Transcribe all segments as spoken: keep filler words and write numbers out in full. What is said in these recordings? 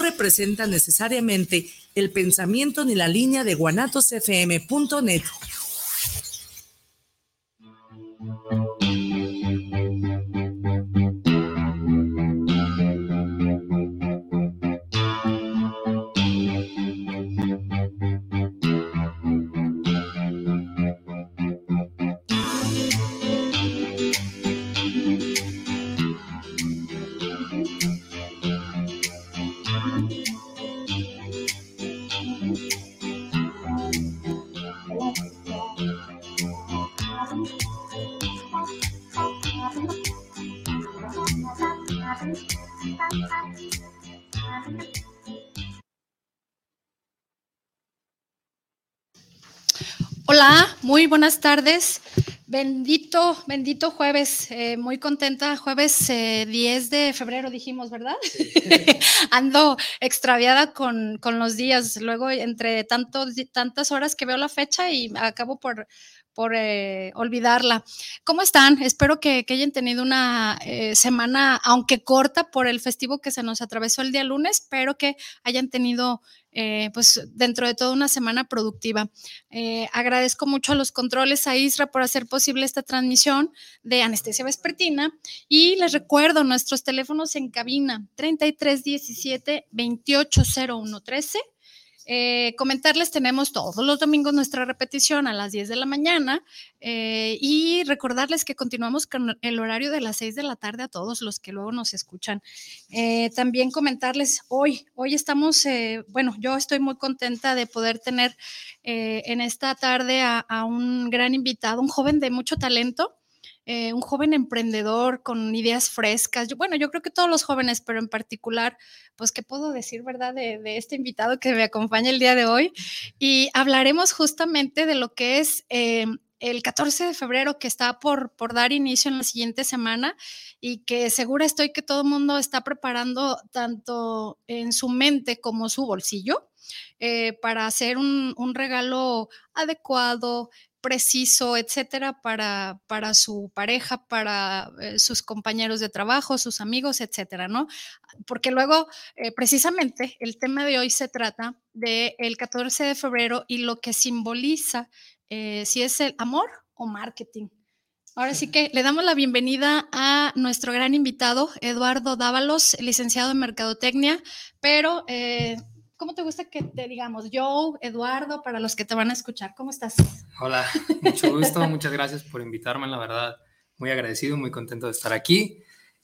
representa necesariamente el pensamiento ni la línea de guanatos f m punto net. Hola, muy buenas tardes. Bendito, bendito jueves, eh, muy contenta, jueves eh, diez de febrero dijimos, ¿verdad? Sí. Ando extraviada con, con los días, luego entre tantos, tantas horas que veo la fecha y acabo por, por eh, olvidarla. ¿Cómo están? Espero que, que hayan tenido una eh, semana, aunque corta por el festivo que se nos atravesó el día lunes, pero que hayan tenido Eh, pues dentro de toda una semana productiva. Eh, agradezco mucho a los controles, a Isra por hacer posible esta transmisión de Anestesia Vespertina y les recuerdo nuestros teléfonos en cabina treinta y tres diecisiete veintiocho cero uno trece. Eh, comentarles, tenemos todos los domingos nuestra repetición a las diez de la mañana eh, y recordarles que continuamos con el horario de las seis de la tarde a todos los que luego nos escuchan. Eh, también comentarles, hoy, hoy estamos, eh, bueno, yo estoy muy contenta de poder tener eh, en esta tarde a, a un gran invitado, un joven de mucho talento. Eh, un joven emprendedor con ideas frescas. Yo, bueno, yo creo que todos los jóvenes, pero en particular, pues, ¿qué puedo decir, verdad, de, de este invitado que me acompaña el día de hoy? Y hablaremos justamente de lo que es eh, el catorce de febrero, que está por, por dar inicio en la siguiente semana y que segura estoy que todo el mundo está preparando tanto en su mente como su bolsillo eh, para hacer un, un regalo adecuado, preciso, etcétera, para, para su pareja, para eh, sus compañeros de trabajo, sus amigos, etcétera, ¿no? Porque luego, eh, precisamente, el tema de hoy se trata del catorce de febrero y lo que simboliza eh, si es el amor o marketing. Ahora sí que le damos la bienvenida a nuestro gran invitado, Eduardo Dávalos, licenciado en Mercadotecnia, pero eh, ¿cómo te gusta que te digamos? Joe, Eduardo, para los que te van a escuchar. ¿Cómo estás? Hola, mucho gusto, muchas gracias por invitarme, la verdad, muy agradecido, muy contento de estar aquí.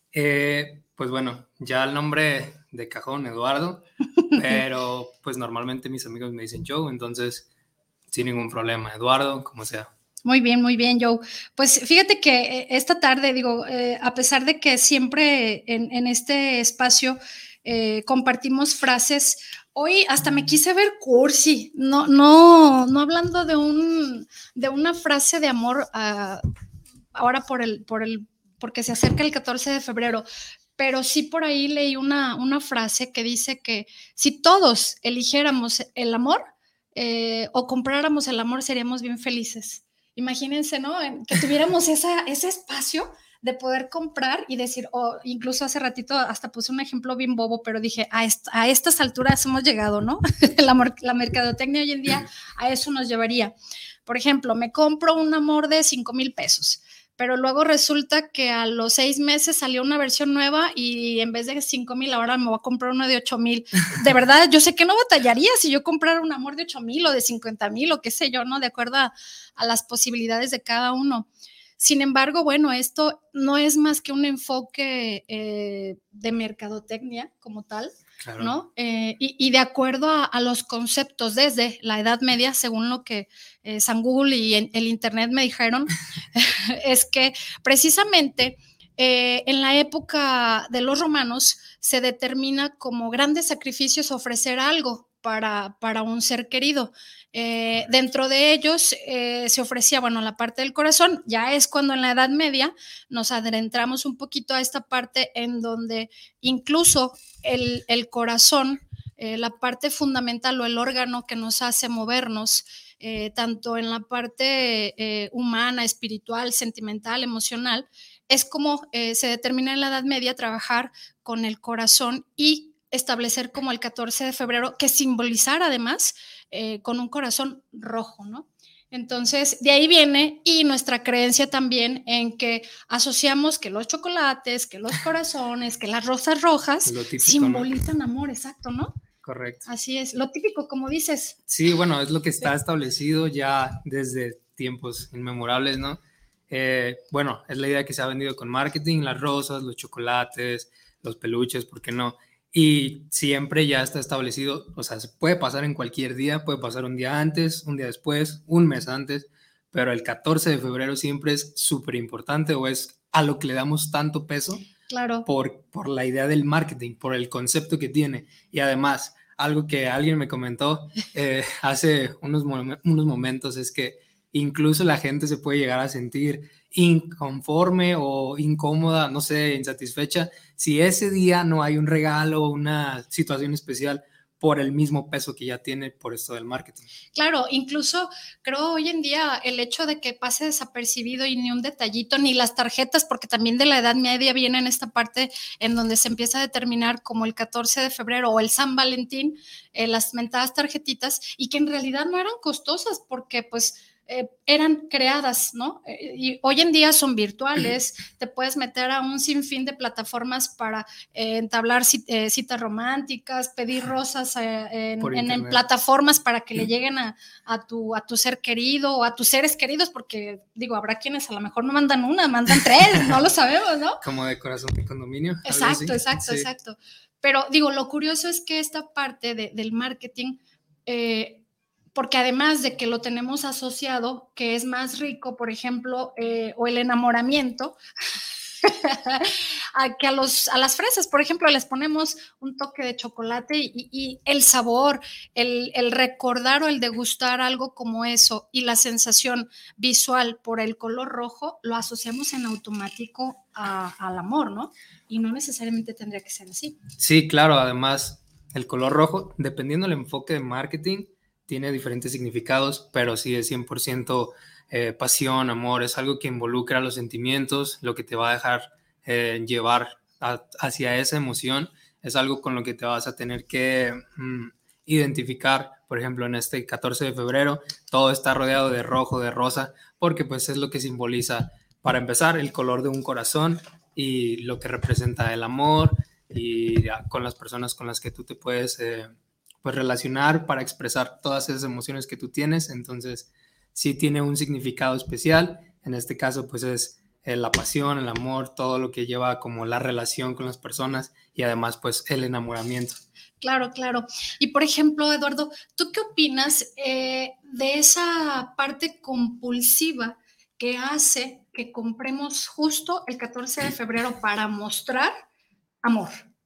Eh, pues bueno, ya el nombre de cajón, Eduardo, pero pues normalmente mis amigos me dicen Joe, entonces sin ningún problema, Eduardo, como sea. Muy bien, muy bien, Joe. Pues fíjate que esta tarde, digo, eh, a pesar de que siempre en, en este espacio eh, compartimos frases, hoy hasta me quise ver cursi, no, no, no hablando de, un, de una frase de amor uh, ahora por el, por el, porque se acerca el catorce de febrero, pero sí por ahí leí una, una frase que dice que si todos eligiéramos el amor eh, o compráramos el amor, seríamos bien felices. Imagínense, ¿no? Que tuviéramos esa, ese espacio de poder comprar y decir, o oh, incluso hace ratito hasta puse un ejemplo bien bobo, pero dije, a, est a estas alturas hemos llegado, ¿no? la, la mercadotecnia hoy en día a eso nos llevaría. Por ejemplo, me compro un amor de cinco mil pesos, pero luego resulta que a los seis meses salió una versión nueva y en vez de cinco mil ahora me voy a comprar uno de ocho mil. De verdad, yo sé que no batallaría si yo comprara un amor de ocho mil o de cincuenta mil o qué sé yo, ¿no? De acuerdo a, a las posibilidades de cada uno. Sin embargo, bueno, esto no es más que un enfoque eh, de mercadotecnia como tal, claro. ¿No? Eh, y, y de acuerdo a, a los conceptos desde la Edad Media, según lo que eh, San Google y en, el Internet me dijeron, es que precisamente eh, en la época de los romanos se determina como grandes sacrificios ofrecer algo para, para un ser querido. Eh, dentro de ellos eh, se ofrecía, bueno, la parte del corazón. Ya es cuando en la Edad Media nos adentramos un poquito a esta parte en donde incluso el, el corazón, eh, la parte fundamental o el órgano que nos hace movernos, eh, tanto en la parte eh, humana, espiritual, sentimental, emocional, es como eh, se determina en la Edad Media trabajar con el corazón y establecer como el catorce de febrero, que simbolizara además eh, con un corazón rojo, ¿no? Entonces, de ahí viene y nuestra creencia también en que asociamos que los chocolates, que los corazones, que las rosas rojas típico, simbolizan, ¿no?, amor, exacto, ¿no? Correcto. Así es, lo típico, como dices. Sí, bueno, es lo que está establecido ya desde tiempos inmemorables, ¿no? Eh, bueno, es la idea que se ha vendido con marketing, las rosas, los chocolates, los peluches, ¿por qué no? Y siempre ya está establecido, o sea, se puede pasar en cualquier día, puede pasar un día antes, un día después, un mes antes, pero el catorce de febrero siempre es súper importante, o es a lo que le damos tanto peso. Claro. Por, por la idea del marketing, por el concepto que tiene. Y además, algo que alguien me comentó eh, hace unos, mom- unos momentos es que incluso la gente se puede llegar a sentir inconforme o incómoda, no sé, insatisfecha, si ese día no hay un regalo o una situación especial por el mismo peso que ya tiene por esto del marketing. Claro, incluso creo hoy en día el hecho de que pase desapercibido y ni un detallito, ni las tarjetas, porque también de la Edad Media viene en esta parte en donde se empieza a determinar como el catorce de febrero o el San Valentín, eh, las mentadas tarjetitas, y que en realidad no eran costosas porque pues Eh, eran creadas, ¿no? Eh, y hoy en día son virtuales, te puedes meter a un sinfín de plataformas para eh, entablar cit- eh, citas románticas, pedir rosas eh, en, en, en plataformas para que le lleguen a, a, tu, a tu ser querido o a tus seres queridos, porque digo, habrá quienes a lo mejor no mandan una, mandan tres, no lo sabemos, ¿no? Como de corazón de condominio. Exacto, exacto, sí. exacto. Pero digo, lo curioso es que esta parte de, del marketing... Eh, porque además de que lo tenemos asociado, que es más rico, por ejemplo, eh, o el enamoramiento, a que a, los, a las fresas, por ejemplo, les ponemos un toque de chocolate y, y el sabor, el, el recordar o el degustar algo como eso y la sensación visual por el color rojo, lo asociamos en automático a, al amor, ¿no? Y no necesariamente tendría que ser así. Sí, claro, además el color rojo, dependiendo del enfoque de marketing, tiene diferentes significados, pero sí es cien por ciento eh, pasión, amor, es algo que involucra los sentimientos, lo que te va a dejar eh, llevar a, hacia esa emoción, es algo con lo que te vas a tener que mm, identificar. Por ejemplo, en este catorce de febrero, todo está rodeado de rojo, de rosa, porque pues es lo que simboliza, para empezar, el color de un corazón y lo que representa el amor y ya, con las personas con las que tú te puedes... Eh, pues relacionar para expresar todas esas emociones que tú tienes. Entonces sí tiene un significado especial, en este caso pues es eh, la pasión, el amor, todo lo que lleva como la relación con las personas y además pues el enamoramiento. Claro, claro. Y por ejemplo, Eduardo, ¿tú qué opinas eh, de esa parte compulsiva que hace que compremos justo el catorce de febrero para mostrar amor?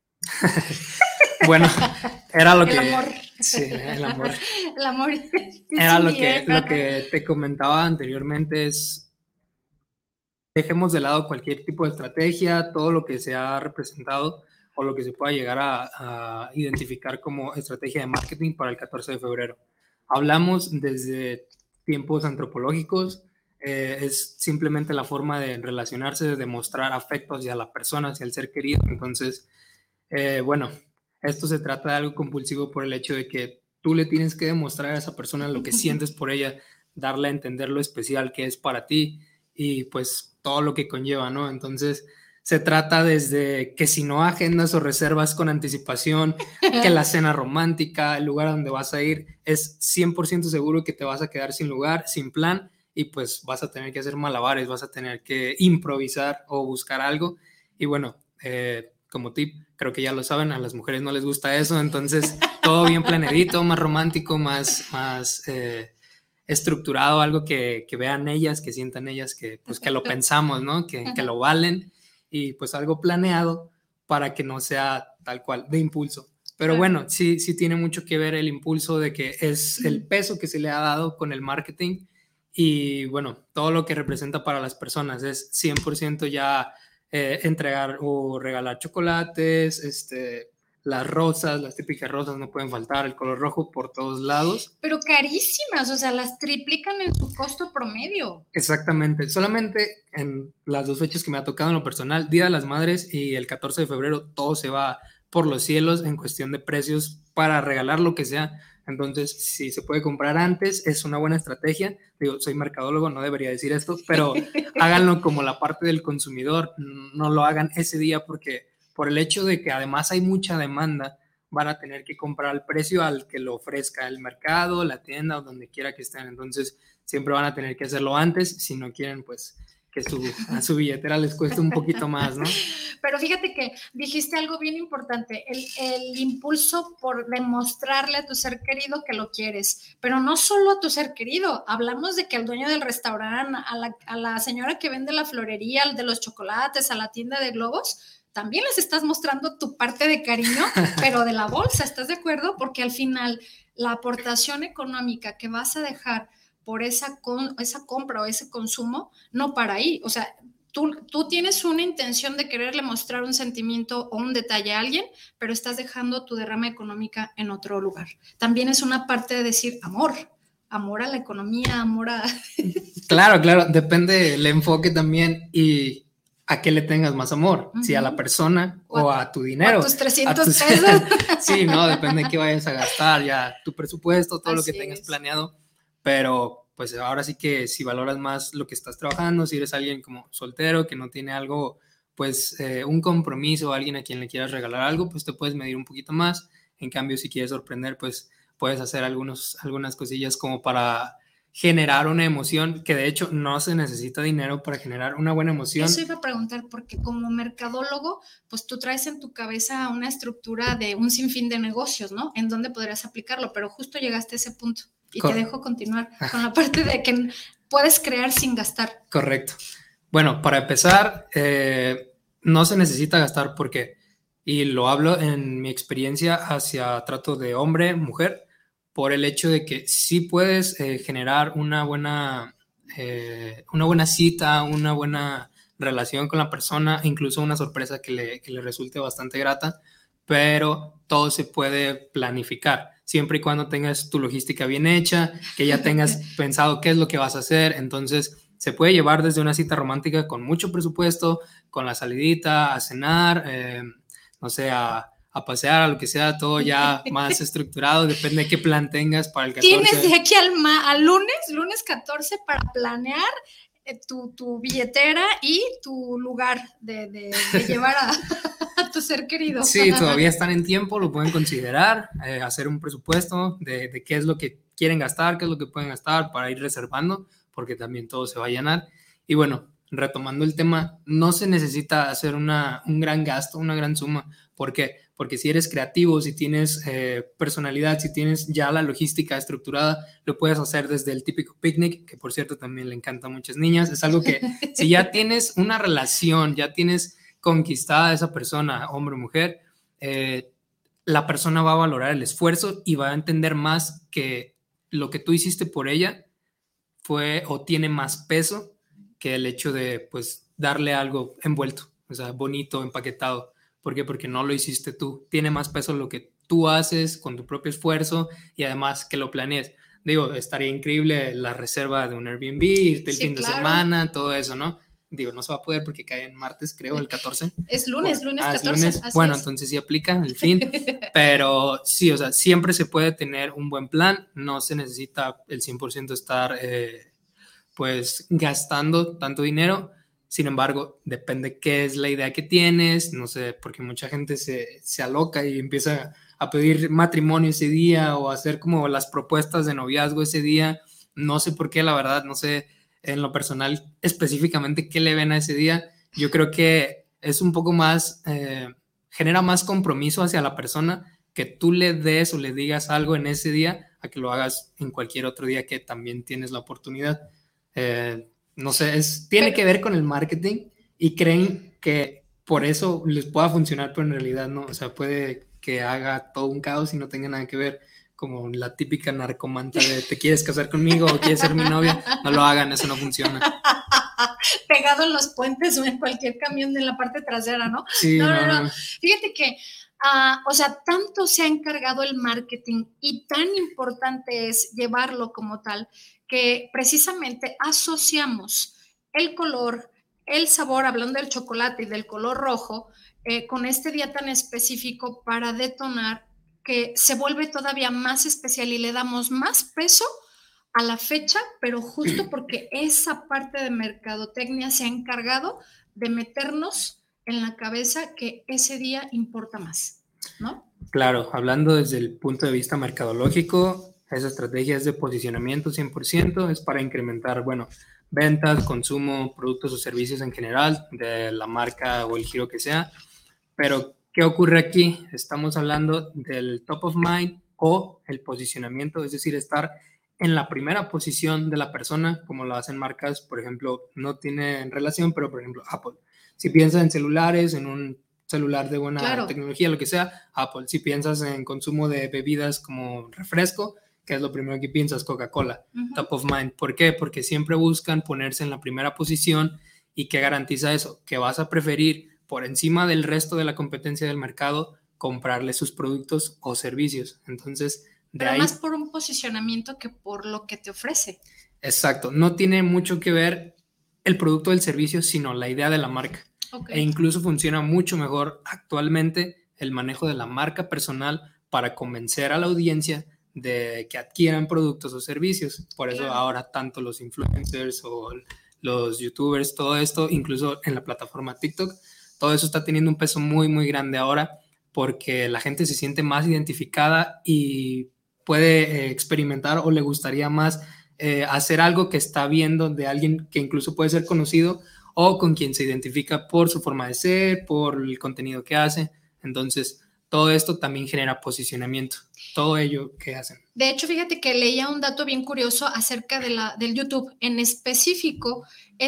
Bueno, era lo el que... Amor. Sí, el amor. El amor. Era lo que, lo que te comentaba anteriormente, es dejemos de lado cualquier tipo de estrategia, todo lo que se ha representado o lo que se pueda llegar a, a identificar como estrategia de marketing para el catorce de febrero. Hablamos desde tiempos antropológicos, eh, es simplemente la forma de relacionarse, de demostrar afecto hacia la persona, hacia el ser querido. Entonces, eh, bueno, esto se trata de algo compulsivo por el hecho de que tú le tienes que demostrar a esa persona lo que sientes por ella, darle a entender lo especial que es para ti y pues todo lo que conlleva, ¿no? Entonces se trata desde que si no agendas o reservas con anticipación, que la cena romántica, el lugar a donde vas a ir, es cien por ciento seguro que te vas a quedar sin lugar, sin plan y pues vas a tener que hacer malabares, vas a tener que improvisar o buscar algo y bueno, eh, como tip, creo que ya lo saben, a las mujeres no les gusta eso, entonces todo bien planeadito, más romántico, más, más eh, estructurado, algo que, que vean ellas, que sientan ellas, que, pues, que lo pensamos, ¿no? Que, que lo valen y pues algo planeado para que no sea tal cual, de impulso. Pero bueno, sí, sí tiene mucho que ver el impulso de que es el peso que se le ha dado con el marketing y bueno, todo lo que representa para las personas es cien por ciento ya eh, entregar o regalar chocolates, este, las rosas, las típicas rosas no pueden faltar, el color rojo por todos lados. Pero carísimas, o sea, las triplican en su costo promedio. Exactamente, solamente en las dos fechas que me ha tocado en lo personal, Día de las Madres y el catorce de febrero, todo se va por los cielos en cuestión de precios para regalar lo que sea. Entonces, si se puede comprar antes, es una buena estrategia. Digo, soy mercadólogo, no debería decir esto, pero háganlo como la parte del consumidor, no lo hagan ese día porque por el hecho de que además hay mucha demanda, van a tener que comprar al precio al que lo ofrezca el mercado, la tienda o donde quiera que estén. Entonces, siempre van a tener que hacerlo antes si no quieren, pues, que su, a su billetera les cueste un poquito más, ¿no? Pero fíjate que dijiste algo bien importante, el, el impulso por demostrarle a tu ser querido que lo quieres, pero no solo a tu ser querido, hablamos de que al dueño del restaurante, a la, a la señora que vende la florería, al de los chocolates, a la tienda de globos, también les estás mostrando tu parte de cariño, pero de la bolsa, ¿estás de acuerdo? Porque al final la aportación económica que vas a dejar por esa, con, esa compra o ese consumo, no para ahí. O sea, tú, tú tienes una intención de quererle mostrar un sentimiento o un detalle a alguien, pero estás dejando tu derrama económica en otro lugar. También es una parte de decir amor, amor a la economía, amor a... Claro, claro, depende el enfoque también y a qué le tengas más amor, uh-huh. si a la persona o, o a, a tu dinero. O a tus trescientos pesos. Sí, no, depende de qué vayas a gastar, ya tu presupuesto, todo Así lo que tengas es. planeado. Pero pues ahora sí que si valoras más lo que estás trabajando, si eres alguien como soltero que no tiene algo, pues eh, un compromiso, alguien a quien le quieras regalar algo, pues te puedes medir un poquito más. En cambio, si quieres sorprender, pues puedes hacer algunos, algunas cosillas como para generar una emoción, que de hecho no se necesita dinero para generar una buena emoción. Eso iba a preguntar, porque como mercadólogo, pues tú traes en tu cabeza una estructura de un sinfín de negocios, ¿no? En dónde podrías aplicarlo, pero justo llegaste a ese punto. Y Cor- te dejo continuar con la parte de que puedes crear sin gastar. Correcto. Bueno, para empezar, eh, no se necesita gastar porque, y lo hablo en mi experiencia hacia trato de hombre, mujer, por el hecho de que sí puedes eh, generar una buena, eh, una buena cita, una buena relación con la persona, incluso una sorpresa que le, que le resulte bastante grata, pero todo se puede planificar, siempre y cuando tengas tu logística bien hecha, que ya tengas pensado qué es lo que vas a hacer. Entonces se puede llevar desde una cita romántica con mucho presupuesto, con la salidita, a cenar, eh, no sé, a, a pasear, a lo que sea, todo ya más estructurado, depende de qué plan tengas para el catorce. Tienes de aquí al, ma- al lunes, lunes catorce, para planear Tu, tu billetera y tu lugar de, de, de llevar a, a tu ser querido. Sí, todavía están en tiempo, lo pueden considerar, eh, hacer un presupuesto de, de qué es lo que quieren gastar, qué es lo que pueden gastar para ir reservando, porque también todo se va a llenar. Y bueno, retomando el tema, no se necesita hacer una, un gran gasto, una gran suma. ¿Por qué? Porque si eres creativo, si tienes eh, personalidad, si tienes ya la logística estructurada, lo puedes hacer desde el típico picnic, que por cierto también le encanta a muchas niñas. Es algo que si ya tienes una relación, ya tienes conquistada a esa persona, hombre o mujer, eh, la persona va a valorar el esfuerzo y va a entender más que lo que tú hiciste por ella fue o tiene más peso que el hecho de pues darle algo envuelto, o sea, bonito, empaquetado. ¿Por qué? Porque no lo hiciste tú. Tiene más peso lo que tú haces con tu propio esfuerzo y además que lo planees. Digo, estaría increíble la reserva de un Airbnb, irte el sí, fin claro. de semana, todo eso, ¿no? Digo, no se va a poder porque cae en martes, creo, el catorce. Es lunes, o, lunes ah, catorce. Lunes. Bueno, es. Entonces sí aplica el fin. Pero sí, o sea, siempre se puede tener un buen plan. No se necesita el cien por ciento estar, eh, pues, gastando tanto dinero. Sin embargo, depende qué es la idea que tienes, no sé, porque mucha gente se, se aloca y empieza a pedir matrimonio ese día o a hacer como las propuestas de noviazgo ese día. No sé por qué, la verdad, no sé en lo personal específicamente qué le ven a ese día. Yo creo que es un poco más, eh, genera más compromiso hacia la persona que tú le des o le digas algo en ese día a que lo hagas en cualquier otro día que también tienes la oportunidad. Eh, No sé, es, tiene pero, que ver con el marketing y creen que por eso les pueda funcionar, pero en realidad no. O sea, puede que haga todo un caos y no tenga nada que ver, como la típica narcomanta de ¿te quieres casar conmigo o quieres ser mi novia? No lo hagan, eso no funciona. Pegado en los puentes o en cualquier camión de la parte trasera, ¿no? Sí, no, no, no, no. no. Fíjate que, uh, o sea, tanto se ha encargado el marketing y tan importante es llevarlo como tal, que precisamente asociamos el color, el sabor, hablando del chocolate y del color rojo, eh, con este día tan específico para detonar que se vuelve todavía más especial y le damos más peso a la fecha, pero justo porque esa parte de mercadotecnia se ha encargado de meternos en la cabeza que ese día importa más, ¿no? Claro, hablando desde el punto de vista mercadológico, esa estrategia es de posicionamiento cien por ciento, es para incrementar, bueno, ventas, consumo, productos o servicios en general, de la marca o el giro que sea. Pero, ¿qué ocurre aquí? Estamos hablando del top of mind o el posicionamiento, es decir, estar en la primera posición de la persona, como lo hacen marcas, por ejemplo, no tiene relación, pero por ejemplo, Apple. Si piensas en celulares, en un celular de buena claro. tecnología, lo que sea, Apple. Si piensas en consumo de bebidas como refresco, ¿qué es lo primero que piensas? Coca-Cola, uh-huh. Top of mind. ¿Por qué? Porque siempre buscan ponerse en la primera posición. ¿Y qué garantiza eso? Que vas a preferir, por encima del resto de la competencia del mercado, comprarle sus productos o servicios. Entonces, de Pero ahí... más por un posicionamiento que por lo que te ofrece. Exacto. No tiene mucho que ver el producto o el servicio, sino la idea de la marca. Okay. E incluso funciona mucho mejor actualmente el manejo de la marca personal para convencer a la audiencia de que adquieran productos o servicios. Por eso claro. ahora tanto los influencers o los youtubers, todo esto, incluso en la plataforma TikTok, todo eso está teniendo un peso muy, muy grande ahora porque la gente se siente más identificada y puede eh, experimentar o le gustaría más eh, hacer algo que está viendo de alguien que incluso puede ser conocido o con quien se identifica por su forma de ser, por el contenido que hace. Entonces, todo esto también genera posicionamiento, todo ello que hacen. De hecho, fíjate que leía un dato bien curioso acerca de la, del YouTube. En específico,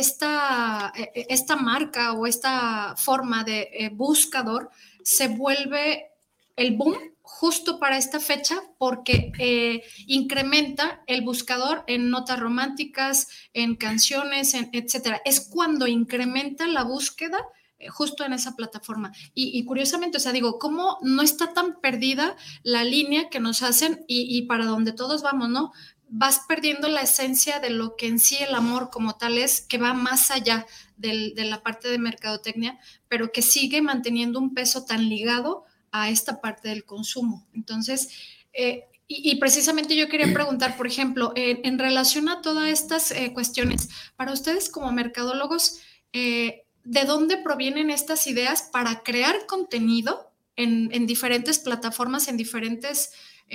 esta, esta marca o esta forma de eh, buscador se vuelve el boom justo para esta fecha porque eh, incrementa el buscador en notas románticas, en canciones, en, etcétera. Es cuando incrementa la búsqueda eh, justo en esa plataforma. Y, y curiosamente, o sea, digo, ¿cómo no está tan perdida la línea que nos hacen y, y para donde todos vamos, ¿no? Vas perdiendo la esencia de lo que en sí el amor como tal es, que va más allá del, de la parte de mercadotecnia, pero que sigue manteniendo un peso tan ligado a esta parte del consumo. Entonces, eh, y, y precisamente yo quería preguntar, por ejemplo, eh, en relación a todas estas eh, cuestiones, para ustedes como mercadólogos, eh, ¿de dónde provienen estas ideas para crear contenido en, en diferentes plataformas, en diferentes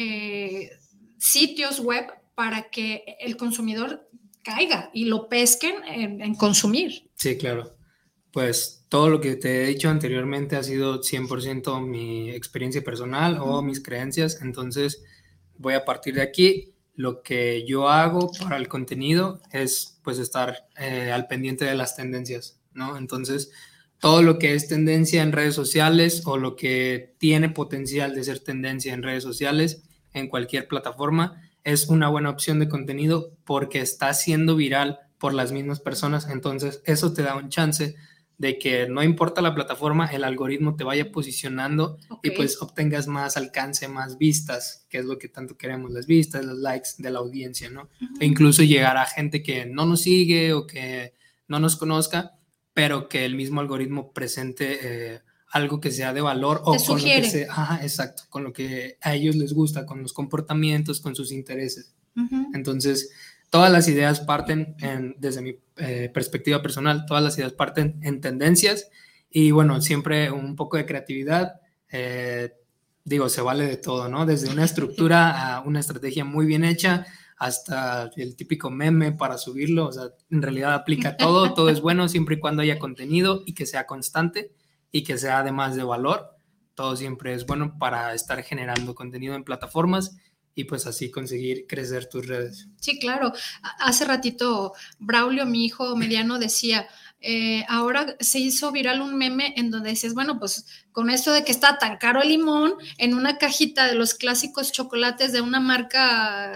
eh, sitios web, para que el consumidor caiga y lo pesquen en, en consumir? Sí, claro. Pues todo lo que te he dicho anteriormente ha sido cien por ciento mi experiencia personal o uh-huh. mis creencias, entonces voy a partir de aquí. Lo que yo hago para el contenido es pues estar eh, al pendiente de las tendencias, ¿no? Entonces, todo lo que es tendencia en redes sociales o lo que tiene potencial de ser tendencia en redes sociales, en cualquier plataforma, es una buena opción de contenido porque está siendo viral por las mismas personas, entonces eso te da un chance de que no importa la plataforma, el algoritmo te vaya posicionando okay. y pues obtengas más alcance, más vistas, que es lo que tanto queremos, las vistas, los likes de la audiencia, ¿no? Uh-huh. E incluso llegar a gente que no nos sigue o que no nos conozca, pero que el mismo algoritmo presente eh, algo que sea de valor o te con sugiere. lo que sea, ajá, exacto, con lo que a ellos les gusta, con los comportamientos, con sus intereses. Uh-huh. Entonces, todas las ideas parten, en, desde mi eh, perspectiva personal, todas las ideas parten en tendencias y bueno, siempre un poco de creatividad, eh, digo, se vale de todo, ¿no? Desde una estructura a una estrategia muy bien hecha hasta el típico meme para subirlo, o sea, en realidad aplica todo, todo es bueno siempre y cuando haya contenido y que sea constante y que sea además de valor, todo siempre es bueno para estar generando contenido en plataformas y pues así conseguir crecer tus redes. Sí, claro. Hace ratito Braulio, mi hijo mediano, decía, eh, ahora se hizo viral un meme en donde dices, bueno, pues con esto de que está tan caro el limón, en una cajita de los clásicos chocolates de una marca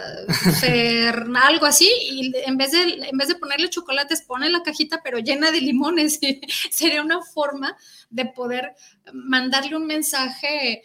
Fer, algo así, y en vez, de, en vez de ponerle chocolates, pone la cajita pero llena de limones. Sería una forma de poder mandarle un mensaje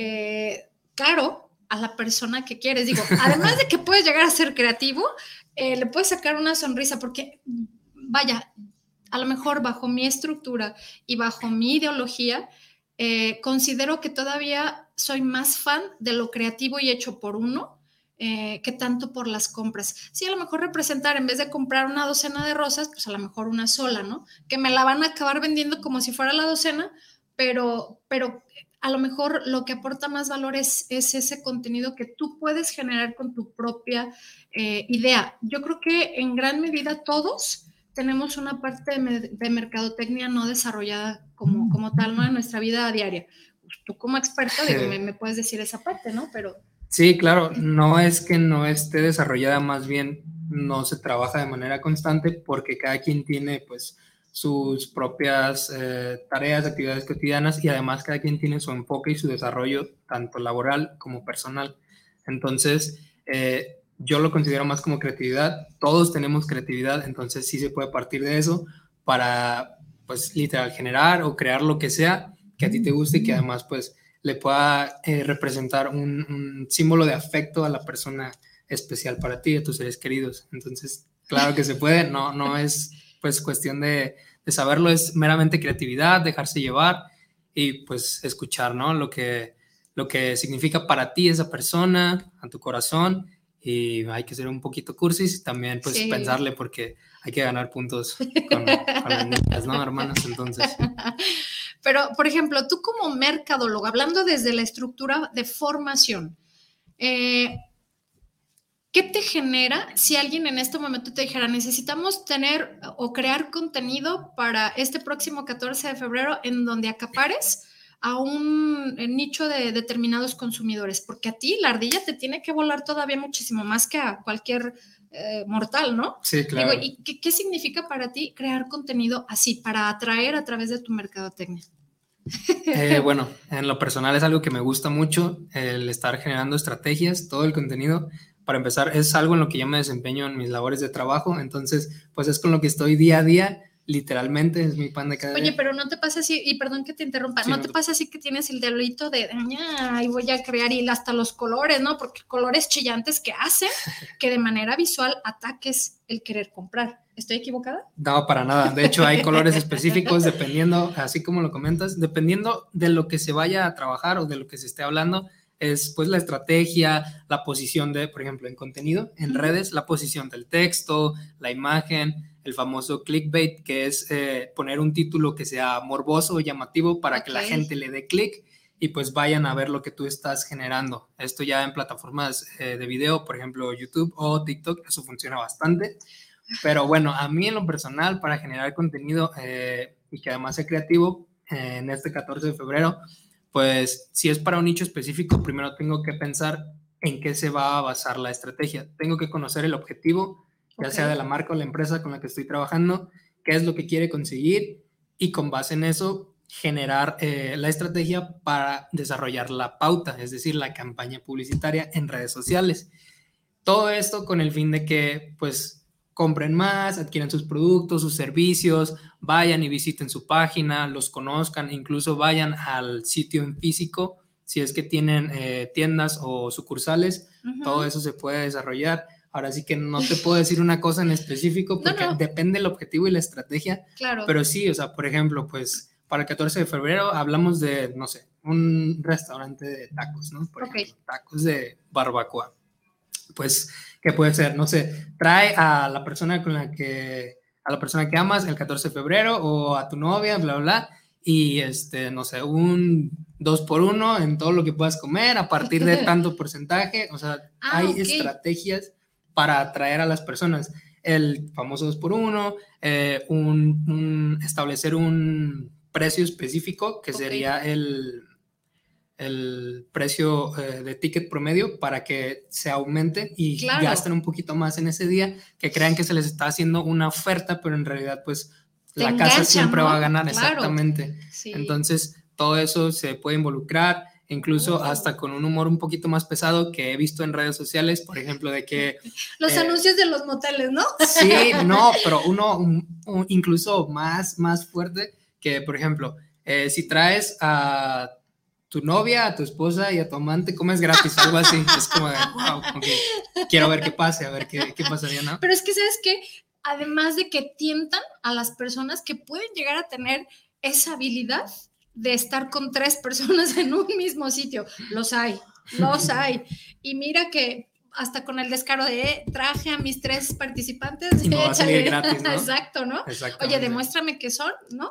eh, claro a la persona que quieres. Digo, además de que puedes llegar a ser creativo, eh, le puedes sacar una sonrisa porque, vaya, a lo mejor bajo mi estructura y bajo mi ideología, eh, considero que todavía soy más fan de lo creativo y hecho por uno, Eh, que tanto por las compras. Sí, a lo mejor representar, en vez de comprar una docena de rosas, pues a lo mejor una sola, ¿no? Que me la van a acabar vendiendo como si fuera la docena, pero, pero a lo mejor lo que aporta más valor es, es ese contenido que tú puedes generar con tu propia eh, idea. Yo creo que en gran medida todos tenemos una parte de, me, de mercadotecnia no desarrollada como, como tal, ¿no? En nuestra vida diaria. Pues tú como experto, digo, me, me puedes decir esa parte, ¿no? Pero... Sí, claro, no es que no esté desarrollada, más bien no se trabaja de manera constante porque cada quien tiene pues sus propias eh, tareas, actividades cotidianas y además cada quien tiene su enfoque y su desarrollo tanto laboral como personal. Entonces, eh, yo lo considero más como creatividad, todos tenemos creatividad, entonces sí se puede partir de eso para pues literal generar o crear lo que sea que a ti te guste y que además pues le pueda eh, representar un, un símbolo de afecto a la persona especial para ti, a tus seres queridos. Entonces, claro que se puede, no, no es pues cuestión de, de saberlo, es meramente creatividad, dejarse llevar y pues escuchar, ¿no? Lo que, lo que significa para ti esa persona, a tu corazón, y hay que ser un poquito cursis, también pues sí. Pensarle porque hay que ganar puntos con, con las niñas, ¿no, hermanos? Entonces... Pero, por ejemplo, tú como mercadólogo, hablando desde la estructura de formación, eh, ¿qué te genera si alguien en este momento te dijera, necesitamos tener o crear contenido para este próximo catorce de febrero en donde acapares a un nicho de determinados consumidores? Porque a ti la ardilla te tiene que volar todavía muchísimo más que a cualquier eh, mortal, ¿no? Sí, claro. Digo, ¿y qué, qué significa para ti crear contenido así, para atraer a través de tu mercadotecnia? Eh, bueno, en lo personal es algo que me gusta mucho, el estar generando estrategias, todo el contenido. Para empezar, es algo en lo que yo me desempeño en mis labores de trabajo, entonces, pues es con lo que estoy día a día, literalmente, es mi pan de cada día. Oye, pero no te pasa así, y perdón que te interrumpa, sí, ¿no, no te pasa así que tienes el delito de, ay, voy a crear y hasta los colores, ¿no? Porque colores chillantes que hacen que de manera visual ataques el querer comprar. ¿Estoy equivocada? No, para nada. De hecho, hay colores específicos dependiendo, así como lo comentas, dependiendo de lo que se vaya a trabajar o de lo que se esté hablando, es pues la estrategia, la posición de, por ejemplo, en contenido, en uh-huh. redes, la posición del texto, la imagen, el famoso clickbait, que es eh, poner un título que sea morboso o llamativo para okay. que la gente le dé clic y pues vayan a ver lo que tú estás generando. Esto ya en plataformas eh, de video, por ejemplo, YouTube o TikTok, eso funciona bastante. Pero bueno, a mí en lo personal, para generar contenido eh, y que además sea creativo, eh, en este catorce de febrero, pues si es para un nicho específico, primero tengo que pensar en qué se va a basar la estrategia. Tengo que conocer el objetivo, ya okay. sea de la marca o la empresa con la que estoy trabajando, qué es lo que quiere conseguir y con base en eso generar eh, la estrategia para desarrollar la pauta, es decir, la campaña publicitaria en redes sociales. Todo esto con el fin de que, pues, compren más, adquieran sus productos, sus servicios, vayan y visiten su página, los conozcan, incluso vayan al sitio en físico, si es que tienen eh, tiendas o sucursales, uh-huh. todo eso se puede desarrollar. Ahora sí que no te puedo decir una cosa en específico porque no, no. depende del objetivo y la estrategia, claro. pero sí, o sea, por ejemplo, pues para el catorce de febrero hablamos de, no sé, un restaurante de tacos, ¿no? Por okay. ejemplo, tacos de barbacoa. Pues, ¿qué puede ser? No sé, trae a la persona con la que, a la persona que amas el catorce de febrero o a tu novia, bla, bla, bla, y este, no sé, un dos por uno en todo lo que puedas comer a partir de tanto porcentaje, o sea, ah, hay okay. estrategias para atraer a las personas. El famoso dos por uno, eh, un, un, establecer un precio específico que okay. sería el... el precio eh, de ticket promedio para que se aumente y claro. gasten un poquito más en ese día, que crean que se les está haciendo una oferta, pero en realidad pues Te la enganchan, casa siempre ¿no? va a ganar, claro. exactamente. Sí. Entonces todo eso se puede involucrar, incluso oh. hasta con un humor un poquito más pesado que he visto en redes sociales, por ejemplo, de que... Los eh, anuncios de los moteles, ¿no? Sí, no, pero uno un, un, incluso más, más fuerte que, por ejemplo, eh, si traes a tu novia, a tu esposa y a tu amante, comes gratis, algo así. Es como de, wow, okay, quiero ver qué pase, a ver qué, qué pasaría, ¿no? Pero es que, ¿sabes qué? Además de que tientan a las personas que pueden llegar a tener esa habilidad de estar con tres personas en un mismo sitio. Los hay, los hay. Y mira que hasta con el descaro de eh, traje a mis tres participantes. Y no va a salir gratis, ¿no? Exacto, ¿no? Oye, demuéstrame qué son, ¿no?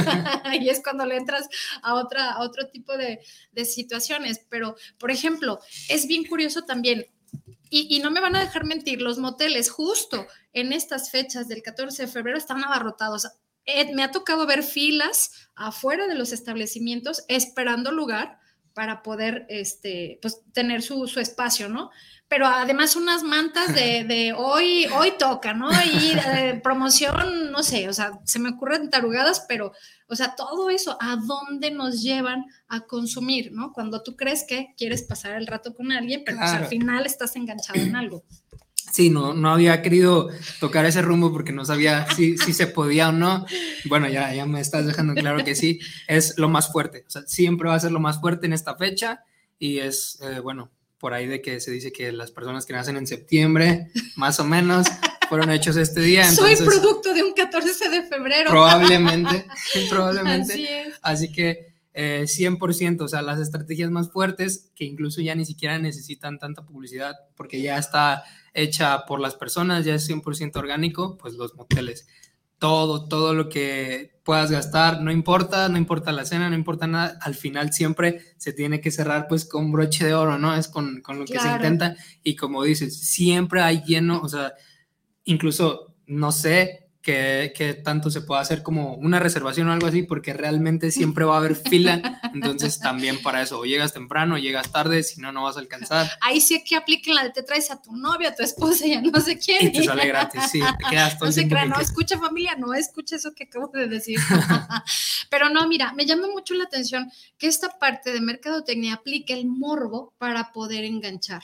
Y es cuando le entras a, otra, a otro tipo de, de situaciones. Pero, por ejemplo, es bien curioso también, y, y no me van a dejar mentir, los moteles justo en estas fechas del catorce de febrero están abarrotados. Eh, me ha tocado ver filas afuera de los establecimientos esperando lugar para poder este, pues, tener su, su espacio, ¿no? Pero además unas mantas de, de hoy, hoy toca, ¿no? Y eh, promoción, no sé, o sea, se me ocurren tarugadas, pero, o sea, todo eso, ¿a dónde nos llevan a consumir, ¿no? Cuando tú crees que quieres pasar el rato con alguien, pero claro, pues, al final estás enganchado en algo. Sí, no, no había querido tocar ese rumbo porque no sabía si, si se podía o no. Bueno, ya, ya me estás dejando claro que sí, es lo más fuerte. O sea, siempre va a ser lo más fuerte en esta fecha y es, eh, bueno, por ahí de que se dice que las personas que nacen en septiembre, más o menos, fueron hechos este día. Entonces, soy producto de un catorce de febrero. Probablemente, probablemente. Así es. Así que eh, cien por ciento, o sea, las estrategias más fuertes que incluso ya ni siquiera necesitan tanta publicidad porque ya está hecha por las personas, ya es cien por ciento orgánico, pues los moteles. Todo, todo lo que puedas gastar, no importa, no importa la cena, no importa nada, al final siempre se tiene que cerrar pues con broche de oro, ¿no? Es con, con lo que claro. se intenta y como dices, siempre hay lleno, o sea, incluso no sé qué, qué tanto se puede hacer como una reservación o algo así, porque realmente siempre va a haber fila, entonces también para eso, o llegas temprano o llegas tarde, si no, no vas a alcanzar. Ahí sí que apliquen la de te traes a tu novia, a tu esposa y a no sé quién. Y te sale gratis, sí, te quedas todo no el se crean, no que... escucha familia, no escucha eso que acabo de decir. Pero no, mira, me llama mucho la atención que esta parte de mercadotecnia aplique el morbo para poder enganchar.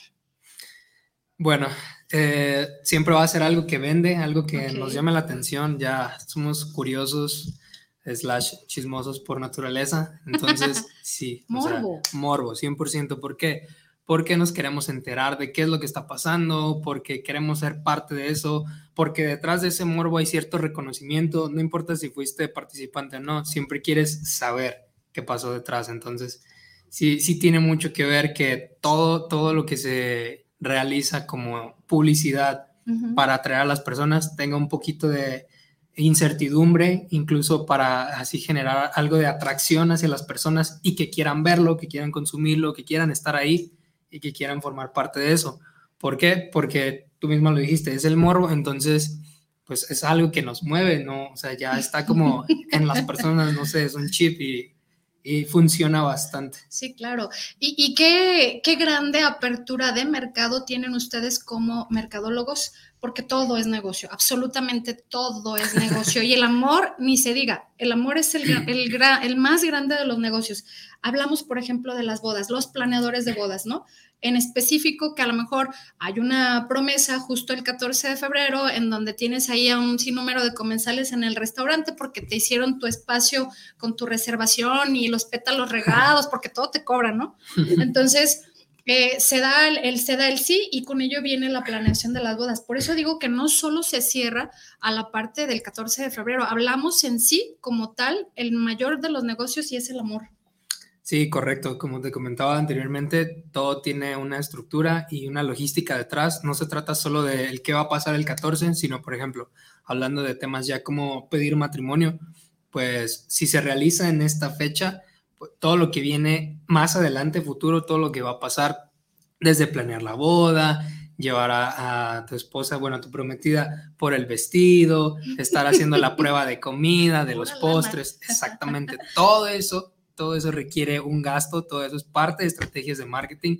Bueno, eh, siempre va a ser algo que vende, algo que okay. nos llame la atención, ya somos curiosos slash chismosos por naturaleza, entonces sí, morbo. O sea, morbo, cien por ciento, ¿por qué? Porque nos queremos enterar de qué es lo que está pasando, porque queremos ser parte de eso, porque detrás de ese morbo hay cierto reconocimiento, no importa si fuiste participante o no, siempre quieres saber qué pasó detrás, entonces sí, sí tiene mucho que ver que todo, todo lo que se realiza como publicidad uh-huh. para atraer a las personas tenga un poquito de incertidumbre, incluso para así generar algo de atracción hacia las personas y que quieran verlo, que quieran consumirlo, que quieran estar ahí y que quieran formar parte de eso. ¿Por qué? Porque tú misma lo dijiste, es el morbo, entonces pues es algo que nos mueve, ¿no? O sea, ya está como en las personas, no sé, es un chip y y funciona bastante. Sí, claro. ¿Y, y qué, qué grande apertura de mercado tienen ustedes como mercadólogos? Porque todo es negocio, absolutamente todo es negocio. Y el amor, ni se diga, el amor es el, el, el más grande de los negocios. Hablamos, por ejemplo, de las bodas, los planeadores de bodas, ¿no? En específico, que a lo mejor hay una promesa justo el catorce de febrero en donde tienes ahí a un sinnúmero de comensales en el restaurante porque te hicieron tu espacio con tu reservación y los pétalos regados, porque todo te cobran, ¿no? Entonces, eh, se, da el, el, se da el sí y con ello viene la planeación de las bodas. Por eso digo que no solo se cierra a la parte del catorce de febrero, hablamos en sí como tal, el mayor de los negocios y es el amor. Sí, correcto. Como te comentaba anteriormente, todo tiene una estructura y una logística detrás. No se trata solo de el qué va a pasar el catorce, sino, por ejemplo, hablando de temas ya como pedir matrimonio, pues si se realiza en esta fecha, pues, todo lo que viene más adelante, futuro, todo lo que va a pasar, desde planear la boda, llevar a, a tu esposa, bueno, a tu prometida por el vestido, estar haciendo la prueba de comida, de los postres, exactamente, todo eso. Todo eso requiere un gasto, todo eso es parte de estrategias de marketing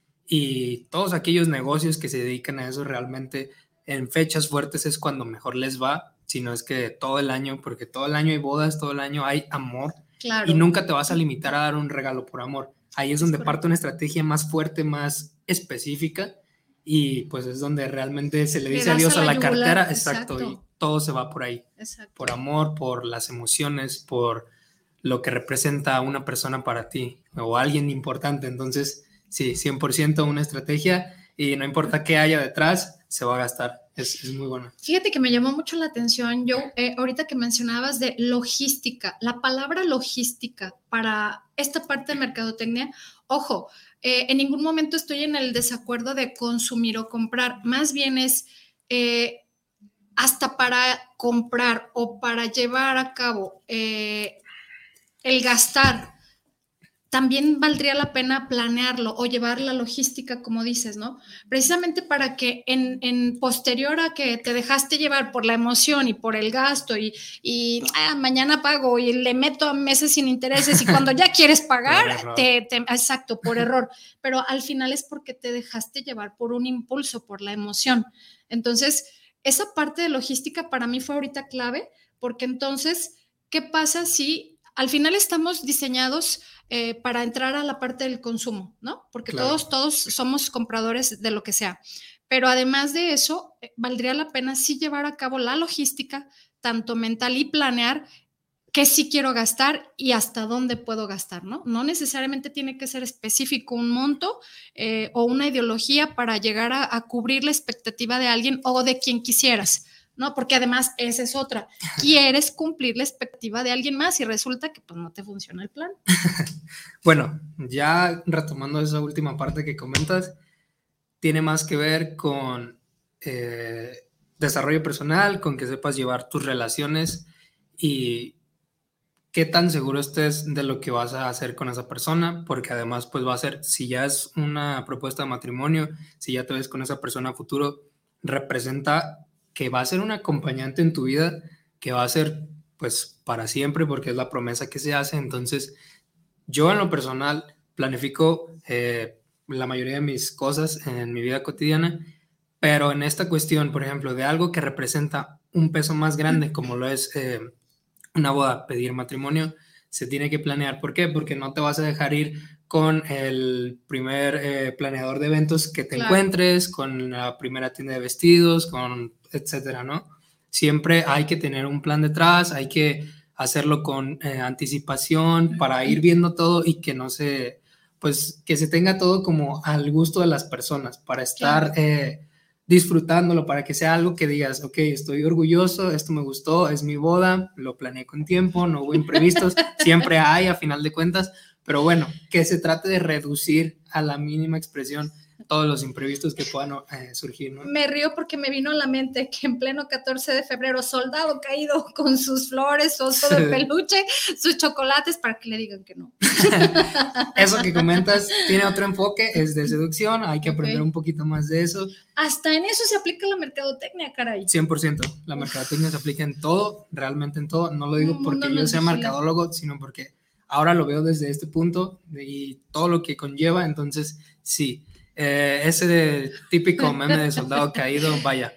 y todos aquellos negocios que se dedican a eso realmente en fechas fuertes es cuando mejor les va, si no es que todo el año, porque todo el año hay bodas, todo el año hay amor. Claro. Y nunca te vas a limitar a dar un regalo por amor. Ahí es donde es parte una estrategia más fuerte, más específica y pues es donde realmente se le dice adiós a la, la cartera, exacto, exacto, y todo se va por ahí, exacto. Por amor, por las emociones, por lo que representa a una persona para ti o alguien importante. Entonces, sí, cien por ciento una estrategia y no importa qué haya detrás, se va a gastar. es, es muy bueno. Fíjate que me llamó mucho la atención, Joe, eh, ahorita que mencionabas de logística, la palabra logística para esta parte de mercadotecnia, ojo, eh, en ningún momento estoy en el desacuerdo de consumir o comprar, más bien es eh, hasta para comprar o para llevar a cabo eh, el gastar, también valdría la pena planearlo o llevar la logística, como dices, ¿no? Precisamente para que en, en posterior a que te dejaste llevar por la emoción y por el gasto y, y ah, mañana pago y le meto a meses sin intereses y cuando ya quieres pagar, te, te, exacto, por error. Pero al final es porque te dejaste llevar por un impulso, por la emoción. Entonces, esa parte de logística para mí fue ahorita clave, porque entonces, ¿qué pasa si al final estamos diseñados eh, para entrar a la parte del consumo, ¿no? Porque claro, todos, todos somos compradores de lo que sea. Pero además de eso, eh, valdría la pena sí llevar a cabo la logística, tanto mental y planear qué sí quiero gastar y hasta dónde puedo gastar, ¿no? No necesariamente tiene que ser específico un monto eh, o una ideología para llegar a, a cubrir la expectativa de alguien o de quien quisieras, ¿no? Porque además esa es otra. Quieres cumplir la expectativa de alguien más y resulta que pues no te funciona el plan. Bueno, ya retomando esa última parte que comentas, tiene más que ver con eh, desarrollo personal, con que sepas llevar tus relaciones y qué tan seguro estés de lo que vas a hacer con esa persona, porque además pues va a ser, si ya es una propuesta de matrimonio, si ya te ves con esa persona a futuro, representa que va a ser un acompañante en tu vida, que va a ser pues para siempre, porque es la promesa que se hace. Entonces yo en lo personal planifico eh, la mayoría de mis cosas en mi vida cotidiana, pero en esta cuestión, por ejemplo, de algo que representa un peso más grande, como lo es eh, una boda, pedir matrimonio, se tiene que planear. ¿Por qué? Porque no te vas a dejar ir con el primer eh, planeador de eventos que te claro. encuentres, con la primera tienda de vestidos, con etcétera, ¿no? Siempre hay que tener un plan detrás, hay que hacerlo con eh, anticipación para ir viendo todo y que no se, pues, que se tenga todo como al gusto de las personas, para estar claro. eh, disfrutándolo, para que sea algo que digas, ok, estoy orgulloso, esto me gustó, es mi boda, lo planeé con tiempo, no hubo imprevistos, siempre hay a final de cuentas, pero bueno, que se trate de reducir a la mínima expresión todos los imprevistos que puedan eh, surgir, ¿no? Me río porque me vino a la mente que en pleno catorce de febrero, soldado caído con sus flores, oso de peluche, sus chocolates, para que le digan que no. Eso que comentas tiene otro enfoque, es de seducción, hay que aprender okay. un poquito más de eso. Hasta en eso se aplica la mercadotecnia, caray. cien por ciento, la mercadotecnia se aplica en todo, realmente en todo, no lo digo porque yo sea mercadólogo, sino porque ahora lo veo desde este punto y todo lo que conlleva, entonces sí. Eh, ese típico meme de soldado caído, vaya,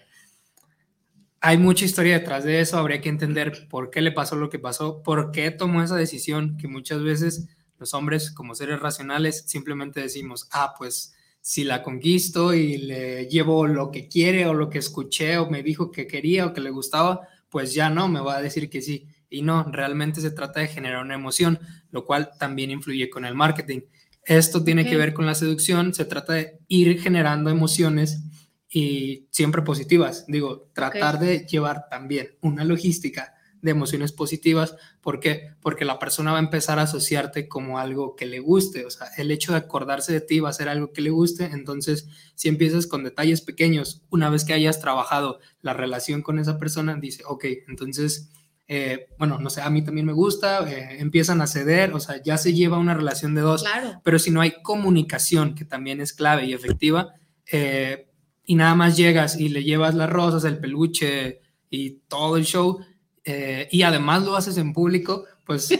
hay mucha historia detrás de eso, habría que entender por qué le pasó lo que pasó, por qué tomó esa decisión, que muchas veces los hombres como seres racionales simplemente decimos, ah, pues si la conquisto y le llevo lo que quiere o lo que escuché o me dijo que quería o que le gustaba, pues ya no, me va a decir que sí, y no, realmente se trata de generar una emoción, lo cual también influye con el marketing. Esto tiene okay. que ver con la seducción, se trata de ir generando emociones y siempre positivas. Digo, tratar okay. de llevar también una logística de emociones positivas. ¿Por qué? Porque la persona va a empezar a asociarte como algo que le guste. O sea, el hecho de acordarse de ti va a ser algo que le guste. Entonces, si empiezas con detalles pequeños, una vez que hayas trabajado la relación con esa persona, dice, ok, entonces... Eh, bueno, no sé, a mí también me gusta, eh, empiezan a ceder, o sea, ya se lleva una relación de dos, claro. Pero si no hay comunicación, que también es clave y efectiva, eh, y nada más llegas y le llevas las rosas, el peluche y todo el show, eh, y además lo haces en público, pues,